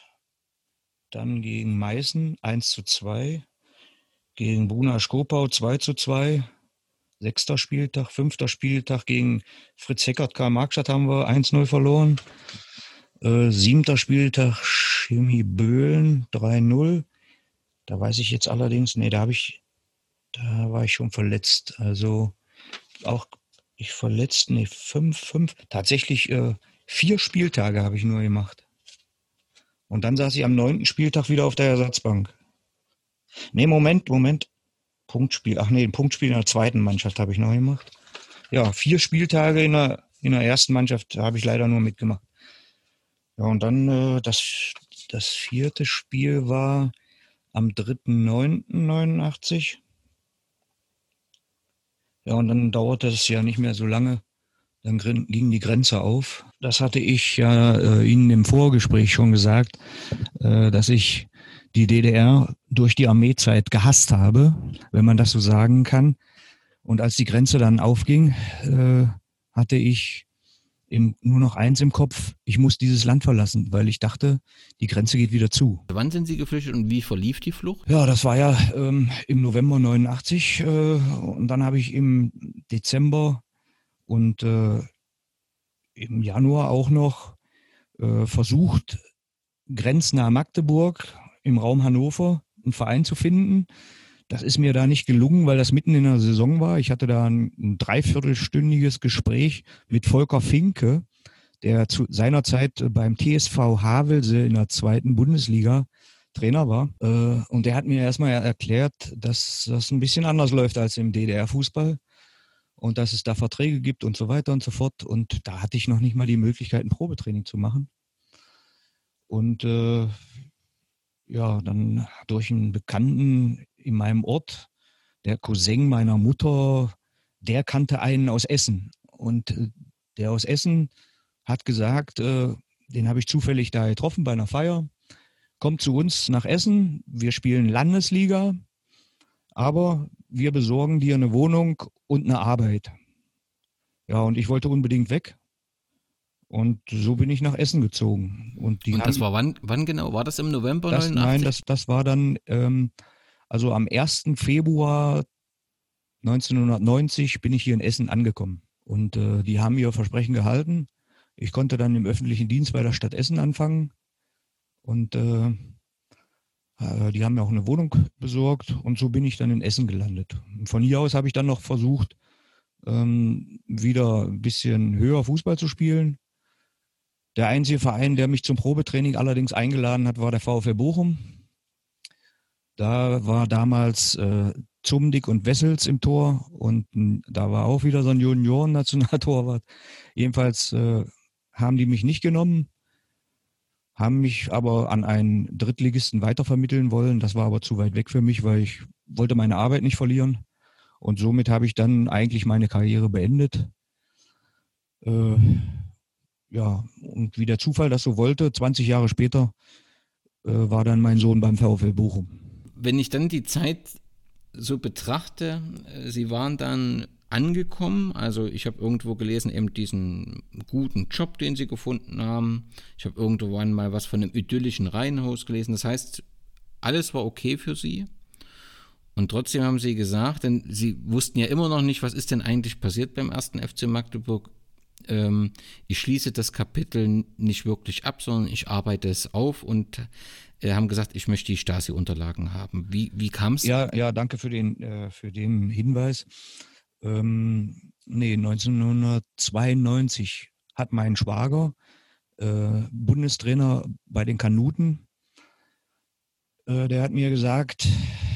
dann gegen Meißen eins zu zwei, gegen Bruna Schkopau zwei zu zwei, sechster Spieltag, fünfter Spieltag gegen Fritz Heckert Karl-Marxstadt haben wir eins null verloren, äh, siebter Spieltag Chemie Böhlen drei null, da weiß ich jetzt allerdings, nee, da habe ich, da war ich schon verletzt, also auch ich verletzt, nee, fünf, fünf, tatsächlich äh, vier Spieltage habe ich nur gemacht. Und dann saß ich am neunten Spieltag wieder auf der Ersatzbank. Nee, Moment, Moment. Punktspiel. Ach nee, ein Punktspiel in der zweiten Mannschaft habe ich noch gemacht. Ja, vier Spieltage in der, in der ersten Mannschaft habe ich leider nur mitgemacht. Ja, und dann äh, das, das vierte Spiel war am dritten neunten neunundachtzig. Ja, und dann dauerte es ja nicht mehr so lange. Dann ging die Grenze auf. Das hatte ich ja äh, Ihnen im Vorgespräch schon gesagt, äh, dass ich die D D R durch die Armeezeit gehasst habe, wenn man das so sagen kann. Und als die Grenze dann aufging, äh, hatte ich im, nur noch eins im Kopf: Ich muss dieses Land verlassen, weil ich dachte, die Grenze geht wieder zu. Wann sind Sie geflüchtet und wie verlief die Flucht? Ja, das war ja ähm, im November neunundachtzig äh, und dann habe ich im Dezember und äh, im Januar auch noch äh, versucht, grenznah Magdeburg im Raum Hannover einen Verein zu finden. Das ist mir da nicht gelungen, weil das mitten in der Saison war. Ich hatte da ein, ein dreiviertelstündiges Gespräch mit Volker Finke, der zu seiner Zeit beim T S V Havelse in der zweiten Bundesliga Trainer war. Und der hat mir erstmal erklärt, dass das ein bisschen anders läuft als im D D R-Fußball und dass es da Verträge gibt und so weiter und so fort. Und da hatte ich noch nicht mal die Möglichkeit, ein Probetraining zu machen. Und äh, ja, dann durch einen Bekannten in meinem Ort, der Cousin meiner Mutter, der kannte einen aus Essen. Und äh, der aus Essen hat gesagt, äh, den habe ich zufällig da getroffen bei einer Feier: Kommt zu uns nach Essen, wir spielen Landesliga, aber wir besorgen dir eine Wohnung und eine Arbeit. Ja, und ich wollte unbedingt weg. Und so bin ich nach Essen gezogen. Und, die und das haben, war wann, wann genau? War das im November das, neunundachtzig? Nein, das, das war dann, ähm, also am ersten Februar neunzehnhundertneunzig bin ich hier in Essen angekommen. Und äh, die haben ihr Versprechen gehalten. Ich konnte dann im öffentlichen Dienst bei der Stadt Essen anfangen. Und äh, äh, die haben mir auch eine Wohnung besorgt. Und so bin ich dann in Essen gelandet. Und von hier aus habe ich dann noch versucht, ähm, wieder ein bisschen höher Fußball zu spielen. Der einzige Verein, der mich zum Probetraining allerdings eingeladen hat, war der VfL Bochum. Da war damals äh, Zumdick und Wessels im Tor und äh, da war auch wieder so ein Junioren-Nationaltorwart. Jedenfalls äh, haben die mich nicht genommen, haben mich aber an einen Drittligisten weitervermitteln wollen. Das war aber zu weit weg für mich, weil ich wollte meine Arbeit nicht verlieren. Und somit habe ich dann eigentlich meine Karriere beendet. Äh, Ja, und wie der Zufall das so wollte, zwanzig Jahre später äh, war dann mein Sohn beim VfL Bochum. Wenn ich dann die Zeit so betrachte, Sie waren dann angekommen, also ich habe irgendwo gelesen, eben diesen guten Job, den Sie gefunden haben. Ich habe irgendwann mal was von einem idyllischen Reihenhaus gelesen. Das heißt, alles war okay für Sie. Und trotzdem haben Sie gesagt, denn Sie wussten ja immer noch nicht, was ist denn eigentlich passiert beim ersten F C Magdeburg. Ich schließe das Kapitel nicht wirklich ab, sondern ich arbeite es auf und äh, haben gesagt, ich möchte die Stasi-Unterlagen haben. Wie, wie kam es? Ja, ja, danke für den, äh, für den Hinweis. Ähm, nee, neunzehnhundertzweiundneunzig hat mein Schwager, äh, Bundestrainer bei den Kanuten, äh, der hat mir gesagt,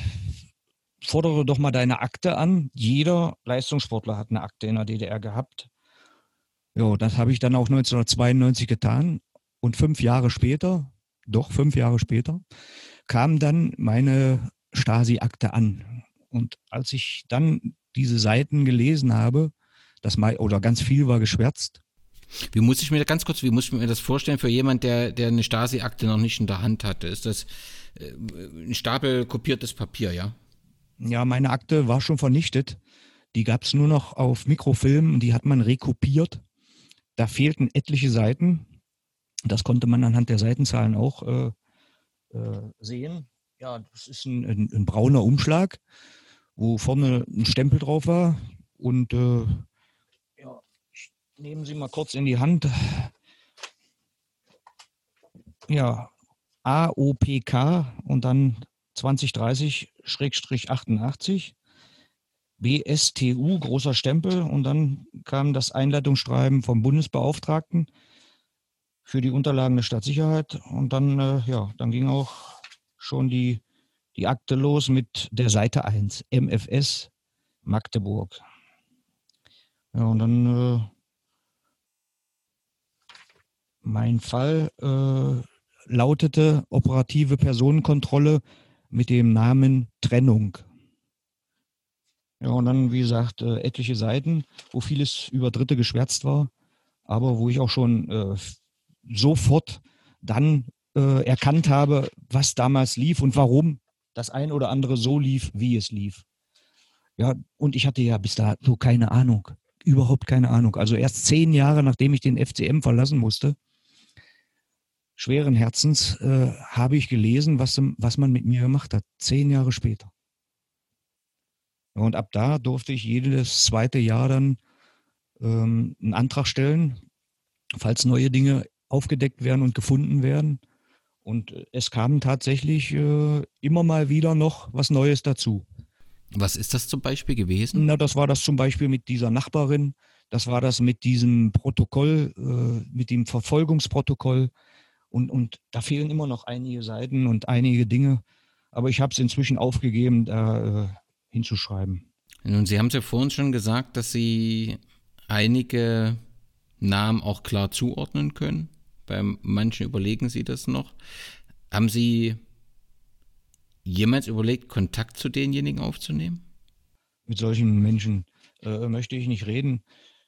fordere doch mal deine Akte an. Jeder Leistungssportler hat eine Akte in der D D R gehabt. Ja, das habe ich dann auch neunzehnhundertzweiundneunzig getan und fünf Jahre später, doch fünf Jahre später, kam dann meine Stasi-Akte an. Und als ich dann diese Seiten gelesen habe, das mal, oder ganz viel war geschwärzt. Wie muss ich mir ganz kurz, wie muss ich mir das vorstellen für jemand, der, der eine Stasi-Akte noch nicht in der Hand hatte? Ist das äh, ein Stapel kopiertes Papier, ja? Ja, meine Akte war schon vernichtet. Die gab es nur noch auf Mikrofilm, die hat man rekopiert. Da fehlten etliche Seiten. Das konnte man anhand der Seitenzahlen auch äh, äh, sehen. Ja, das ist ein, ein, ein brauner Umschlag, wo vorne ein Stempel drauf war. Und äh, ja, ich nehme sie mal kurz in die Hand. Ja, A O P K und dann zwanzig dreißig achtundachtzig. B S T U, großer Stempel, und dann kam das Einleitungsschreiben vom Bundesbeauftragten für die Unterlagen der Staatssicherheit und dann, äh, ja, dann ging auch schon die, die Akte los mit der Seite eins, M F S Magdeburg. Ja, und dann äh, mein Fall äh, lautete operative Personenkontrolle mit dem Namen Trennung. Ja, und dann, wie gesagt, äh, etliche Seiten, wo vieles über Dritte geschwärzt war, aber wo ich auch schon äh, sofort dann äh, erkannt habe, was damals lief und warum das ein oder andere so lief, wie es lief. Ja, und ich hatte ja bis dato keine Ahnung, überhaupt keine Ahnung. Also erst zehn Jahre, nachdem ich den F C M verlassen musste, schweren Herzens, äh, habe ich gelesen, was, was man mit mir gemacht hat. Zehn Jahre später. Und ab da durfte ich jedes zweite Jahr dann ähm, einen Antrag stellen, falls neue Dinge aufgedeckt werden und gefunden werden. Und es kam tatsächlich äh, immer mal wieder noch was Neues dazu. Was ist das zum Beispiel gewesen? Na, das war das zum Beispiel mit dieser Nachbarin, das war das mit diesem Protokoll, äh, mit dem Verfolgungsprotokoll. Und, und da fehlen immer noch einige Seiten und einige Dinge. Aber ich habe es inzwischen aufgegeben, da äh, hinzuschreiben. Nun, Sie haben es ja vorhin schon gesagt, dass Sie einige Namen auch klar zuordnen können. Bei manchen überlegen Sie das noch. Haben Sie jemals überlegt, Kontakt zu denjenigen aufzunehmen? Mit solchen Menschen äh, möchte ich nicht reden.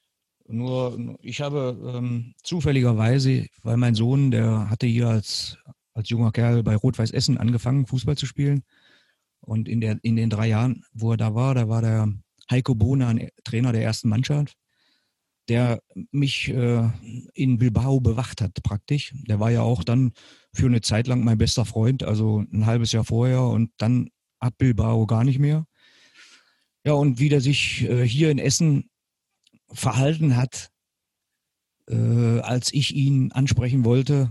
Nur ich habe ähm, zufälligerweise, weil mein Sohn, der hatte hier als, als junger Kerl bei Rot-Weiß Essen angefangen, Fußball zu spielen. Und in, der, in den drei Jahren, wo er da war, da war der Heiko Bohnan Trainer der ersten Mannschaft, der mich äh, in Bilbao bewacht hat praktisch. Der war ja auch dann für eine Zeit lang mein bester Freund, also ein halbes Jahr vorher und dann ab Bilbao gar nicht mehr. Ja, und wie der sich äh, hier in Essen verhalten hat, äh, als ich ihn ansprechen wollte,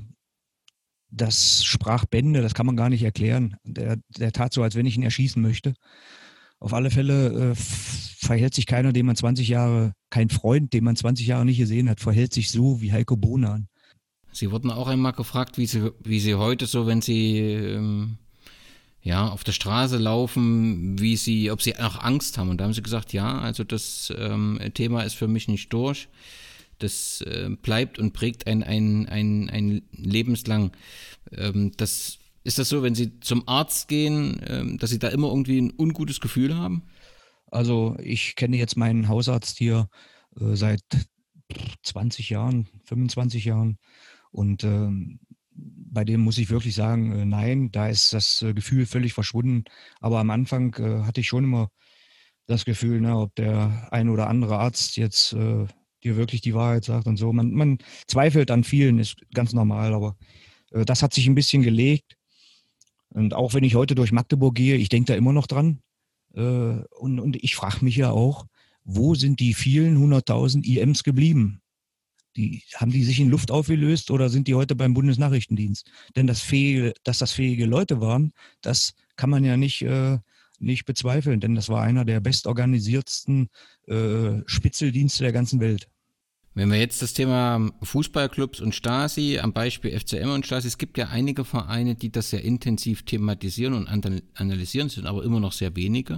das sprach Bände, das kann man gar nicht erklären. Der, der tat so, als wenn ich ihn erschießen möchte. Auf alle Fälle äh, verhält sich keiner, den man zwanzig Jahre, kein Freund, den man zwanzig Jahre nicht gesehen hat, verhält sich so wie Heiko Bohnan. Sie wurden auch einmal gefragt, wie Sie, wie Sie heute so, wenn Sie ähm, ja, auf der Straße laufen, wie Sie, ob Sie auch Angst haben. Und da haben Sie gesagt, ja, also das ähm, Thema ist für mich nicht durch. Das äh, bleibt und prägt ein, ein, ein, ein lebenslang. Ähm, das, ist das so, wenn Sie zum Arzt gehen, ähm, dass Sie da immer irgendwie ein ungutes Gefühl haben? Also ich kenne jetzt meinen Hausarzt hier äh, seit zwanzig Jahren, fünfundzwanzig Jahren und ähm, bei dem muss ich wirklich sagen, äh, nein, da ist das äh, Gefühl völlig verschwunden. Aber am Anfang äh, hatte ich schon immer das Gefühl, ne, ob der ein oder andere Arzt jetzt äh, dir wirklich die Wahrheit sagt und so. Man, man zweifelt an vielen, ist ganz normal, aber äh, das hat sich ein bisschen gelegt. Und auch wenn ich heute durch Magdeburg gehe, ich denke da immer noch dran. Äh, und, und ich frage mich ja auch, wo sind die vielen hunderttausend I Ms geblieben? Die, haben die sich in Luft aufgelöst oder sind die heute beim Bundesnachrichtendienst? Denn das fähige, dass das fähige Leute waren, das kann man ja nicht, äh, nicht bezweifeln, denn das war einer der bestorganisiertsten äh, Spitzeldienste der ganzen Welt. Wenn wir jetzt das Thema Fußballclubs und Stasi, am Beispiel F C M und Stasi, es gibt ja einige Vereine, die das sehr intensiv thematisieren und analysieren, es sind aber immer noch sehr wenige.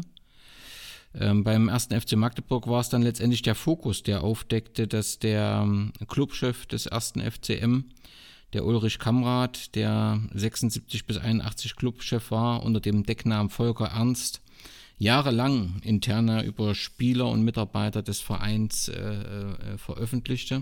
Ähm, beim ersten F C Magdeburg war es dann letztendlich der Fokus, der aufdeckte, dass der ähm, Clubchef des ersten F C M, der Ulrich Kamrath, der sechsundsiebzig bis einundachtzig Clubchef war, unter dem Decknamen Volker Ernst, jahrelang Interna über Spieler und Mitarbeiter des Vereins äh, äh, veröffentlichte.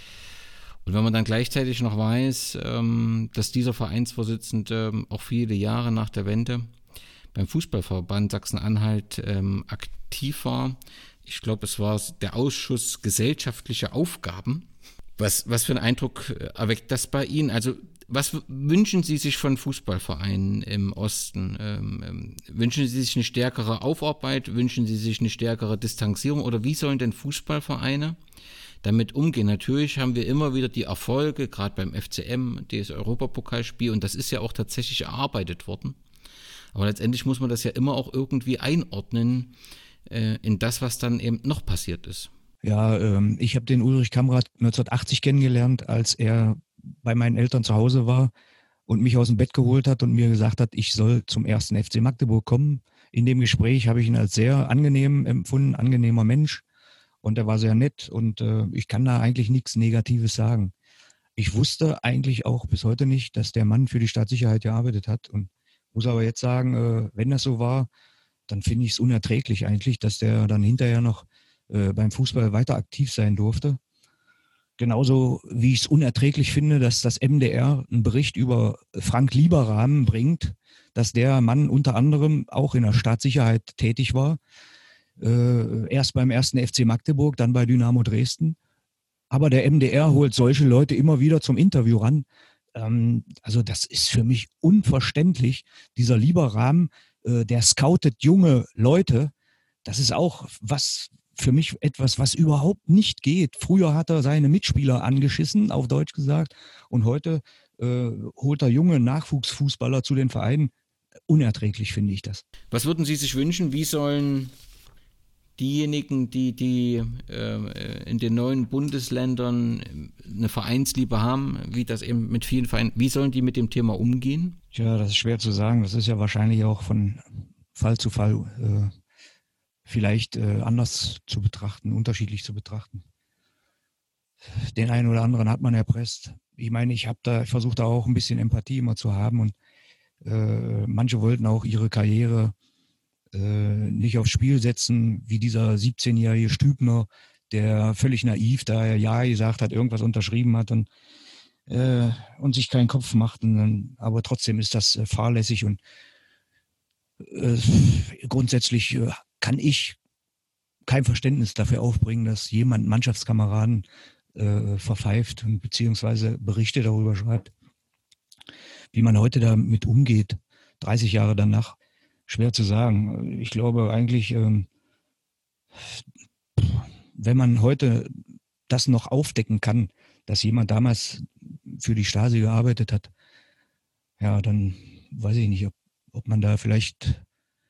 Und wenn man dann gleichzeitig noch weiß, ähm, dass dieser Vereinsvorsitzende ähm, auch viele Jahre nach der Wende beim Fußballverband Sachsen-Anhalt ähm, aktiv war. Ich glaube, es war der Ausschuss gesellschaftliche Aufgaben. Was, was für einen Eindruck erweckt das bei Ihnen? Also was wünschen Sie sich von Fußballvereinen im Osten? Ähm, wünschen Sie sich eine stärkere Aufarbeit? Wünschen Sie sich eine stärkere Distanzierung? Oder wie sollen denn Fußballvereine damit umgehen? Natürlich haben wir immer wieder die Erfolge, gerade beim F C M, das Europapokalspiel, und das ist ja auch tatsächlich erarbeitet worden. Aber letztendlich muss man das ja immer auch irgendwie einordnen äh, in das, was dann eben noch passiert ist. Ja, ähm, ich habe den Ulrich Kamrath neunzehnhundertachtzig kennengelernt, als er bei meinen Eltern zu Hause war und mich aus dem Bett geholt hat und mir gesagt hat, ich soll zum ersten F C Magdeburg kommen. In dem Gespräch habe ich ihn als sehr angenehm empfunden, angenehmer Mensch, und er war sehr nett und äh, ich kann da eigentlich nichts Negatives sagen. Ich wusste eigentlich auch bis heute nicht, dass der Mann für die Staatssicherheit gearbeitet hat, und muss aber jetzt sagen, äh, wenn das so war, dann finde ich es unerträglich eigentlich, dass der dann hinterher noch äh, beim Fußball weiter aktiv sein durfte. genauso wie ich es unerträglich finde, dass das M D R einen Bericht über Frank Lieberrahmen bringt, dass der Mann unter anderem auch in der Staatssicherheit tätig war. Äh, erst beim ersten F C Magdeburg, dann bei Dynamo Dresden. Aber der M D R holt solche Leute immer wieder zum Interview ran. Ähm, also das ist für mich unverständlich. Dieser Lieberrahmen, äh, der scoutet junge Leute. Das ist auch was für mich etwas, was überhaupt nicht geht. Früher hat er seine Mitspieler angeschissen, auf Deutsch gesagt. Und heute äh, holt er junge Nachwuchsfußballer zu den Vereinen. Unerträglich finde ich das. Was würden Sie sich wünschen? Wie sollen diejenigen, die, die äh, in den neuen Bundesländern eine Vereinsliebe haben, wie das eben mit vielen Vereinen, wie sollen die mit dem Thema umgehen? Tja, das ist schwer zu sagen. Das ist ja wahrscheinlich auch von Fall zu Fall äh, vielleicht äh, anders zu betrachten, unterschiedlich zu betrachten. Den einen oder anderen hat man erpresst. Ich meine, ich habe da, ich versuche da auch ein bisschen Empathie immer zu haben und äh, manche wollten auch ihre Karriere äh, nicht aufs Spiel setzen, wie dieser siebzehnjährige Stübner, der völlig naiv da ja gesagt hat, irgendwas unterschrieben hat und, äh, und sich keinen Kopf macht. Und dann, aber trotzdem ist das äh, fahrlässig und äh, grundsätzlich äh, kann ich kein Verständnis dafür aufbringen, dass jemand Mannschaftskameraden äh, verpfeift und beziehungsweise Berichte darüber schreibt. Wie man heute damit umgeht, dreißig Jahre danach, schwer zu sagen. Ich glaube eigentlich, ähm, wenn man heute das noch aufdecken kann, dass jemand damals für die Stasi gearbeitet hat, ja, dann weiß ich nicht, ob, ob man da vielleicht,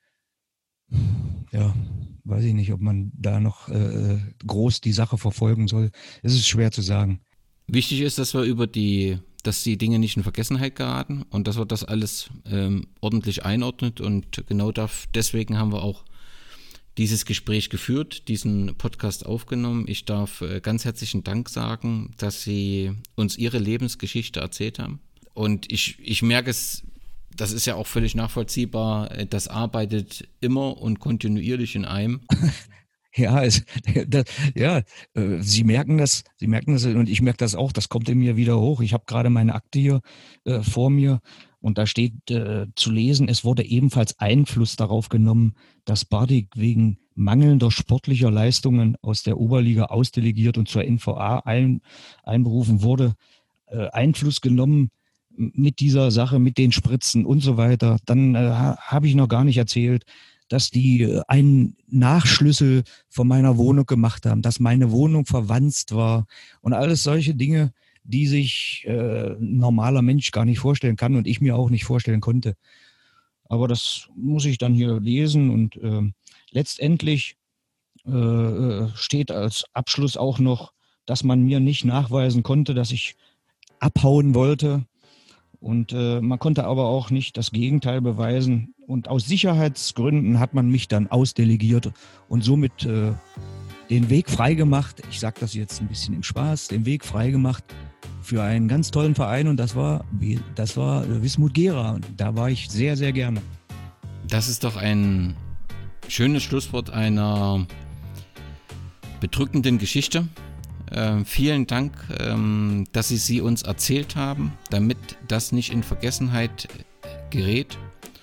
ja, weiß ich nicht, ob man da noch äh, groß die Sache verfolgen soll. Es ist schwer zu sagen. Wichtig ist, dass wir über die, dass die Dinge nicht in Vergessenheit geraten und dass wir das alles ähm, ordentlich einordnet und genau darf, deswegen haben wir auch dieses Gespräch geführt, diesen Podcast aufgenommen. Ich darf äh, ganz herzlichen Dank sagen, dass Sie uns Ihre Lebensgeschichte erzählt haben und ich, ich merke es, das ist ja auch völlig nachvollziehbar, das arbeitet immer und kontinuierlich in einem. Ja, es, das, ja, äh, Sie merken das, Sie merken das und ich merke das auch, das kommt in mir wieder hoch. Ich habe gerade meine Akte hier äh, vor mir und da steht äh, zu lesen, es wurde ebenfalls Einfluss darauf genommen, dass Bardik wegen mangelnder sportlicher Leistungen aus der Oberliga ausdelegiert und zur N V A ein, einberufen wurde. Äh, Einfluss genommen mit dieser Sache, mit den Spritzen und so weiter. Dann äh, habe ich noch gar nicht erzählt, dass die äh, einen Nachschlüssel von meiner Wohnung gemacht haben, dass meine Wohnung verwanzt war und alles solche Dinge, die sich äh, ein normaler Mensch gar nicht vorstellen kann und ich mir auch nicht vorstellen konnte. Aber das muss ich dann hier lesen und äh, letztendlich äh, steht als Abschluss auch noch, dass man mir nicht nachweisen konnte, dass ich abhauen wollte. Und äh, man konnte aber auch nicht das Gegenteil beweisen. Und aus Sicherheitsgründen hat man mich dann ausdelegiert und somit äh, den Weg freigemacht. Ich sage das jetzt ein bisschen im Spaß, den Weg freigemacht für einen ganz tollen Verein. Und das war, das war Wismut Gera. Und da war ich sehr, sehr gerne. Das ist doch ein schönes Schlusswort einer bedrückenden Geschichte. Äh, vielen Dank, ähm, dass Sie sie uns erzählt haben, damit das nicht in Vergessenheit gerät.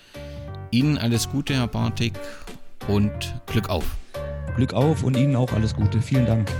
Ihnen alles Gute, Herr Bartik, und Glück auf. Glück auf und Ihnen auch alles Gute. Vielen Dank.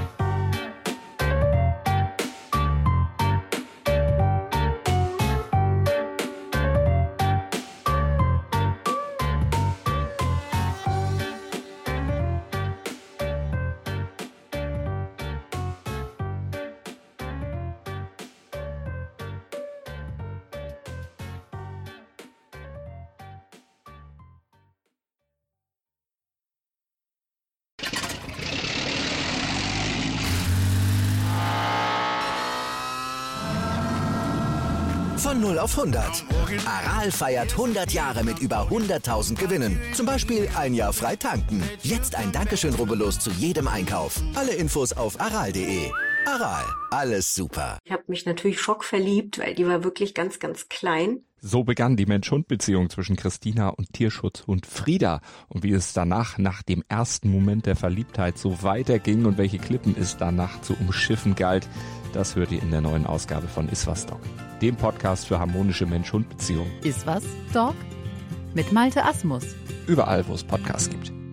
Von null auf hundert. Aral feiert hundert Jahre mit über hunderttausend Gewinnen. Zum Beispiel ein Jahr frei tanken. Jetzt ein Dankeschön, rubbellos zu jedem Einkauf. Alle Infos auf aral punkt de. Aral, alles super. Ich habe mich natürlich schockverliebt, weil die war wirklich ganz, ganz klein. So begann die Mensch-Hund-Beziehung zwischen Christina und Tierschutzhund Frieda. Und wie es danach, nach dem ersten Moment der Verliebtheit, so weiterging und welche Klippen es danach zu umschiffen galt, das hört ihr in der neuen Ausgabe von Iswas Dog, dem Podcast für harmonische Mensch-Hund-Beziehungen. Iswas Dog? Mit Malte Asmus. Überall, wo es Podcasts gibt.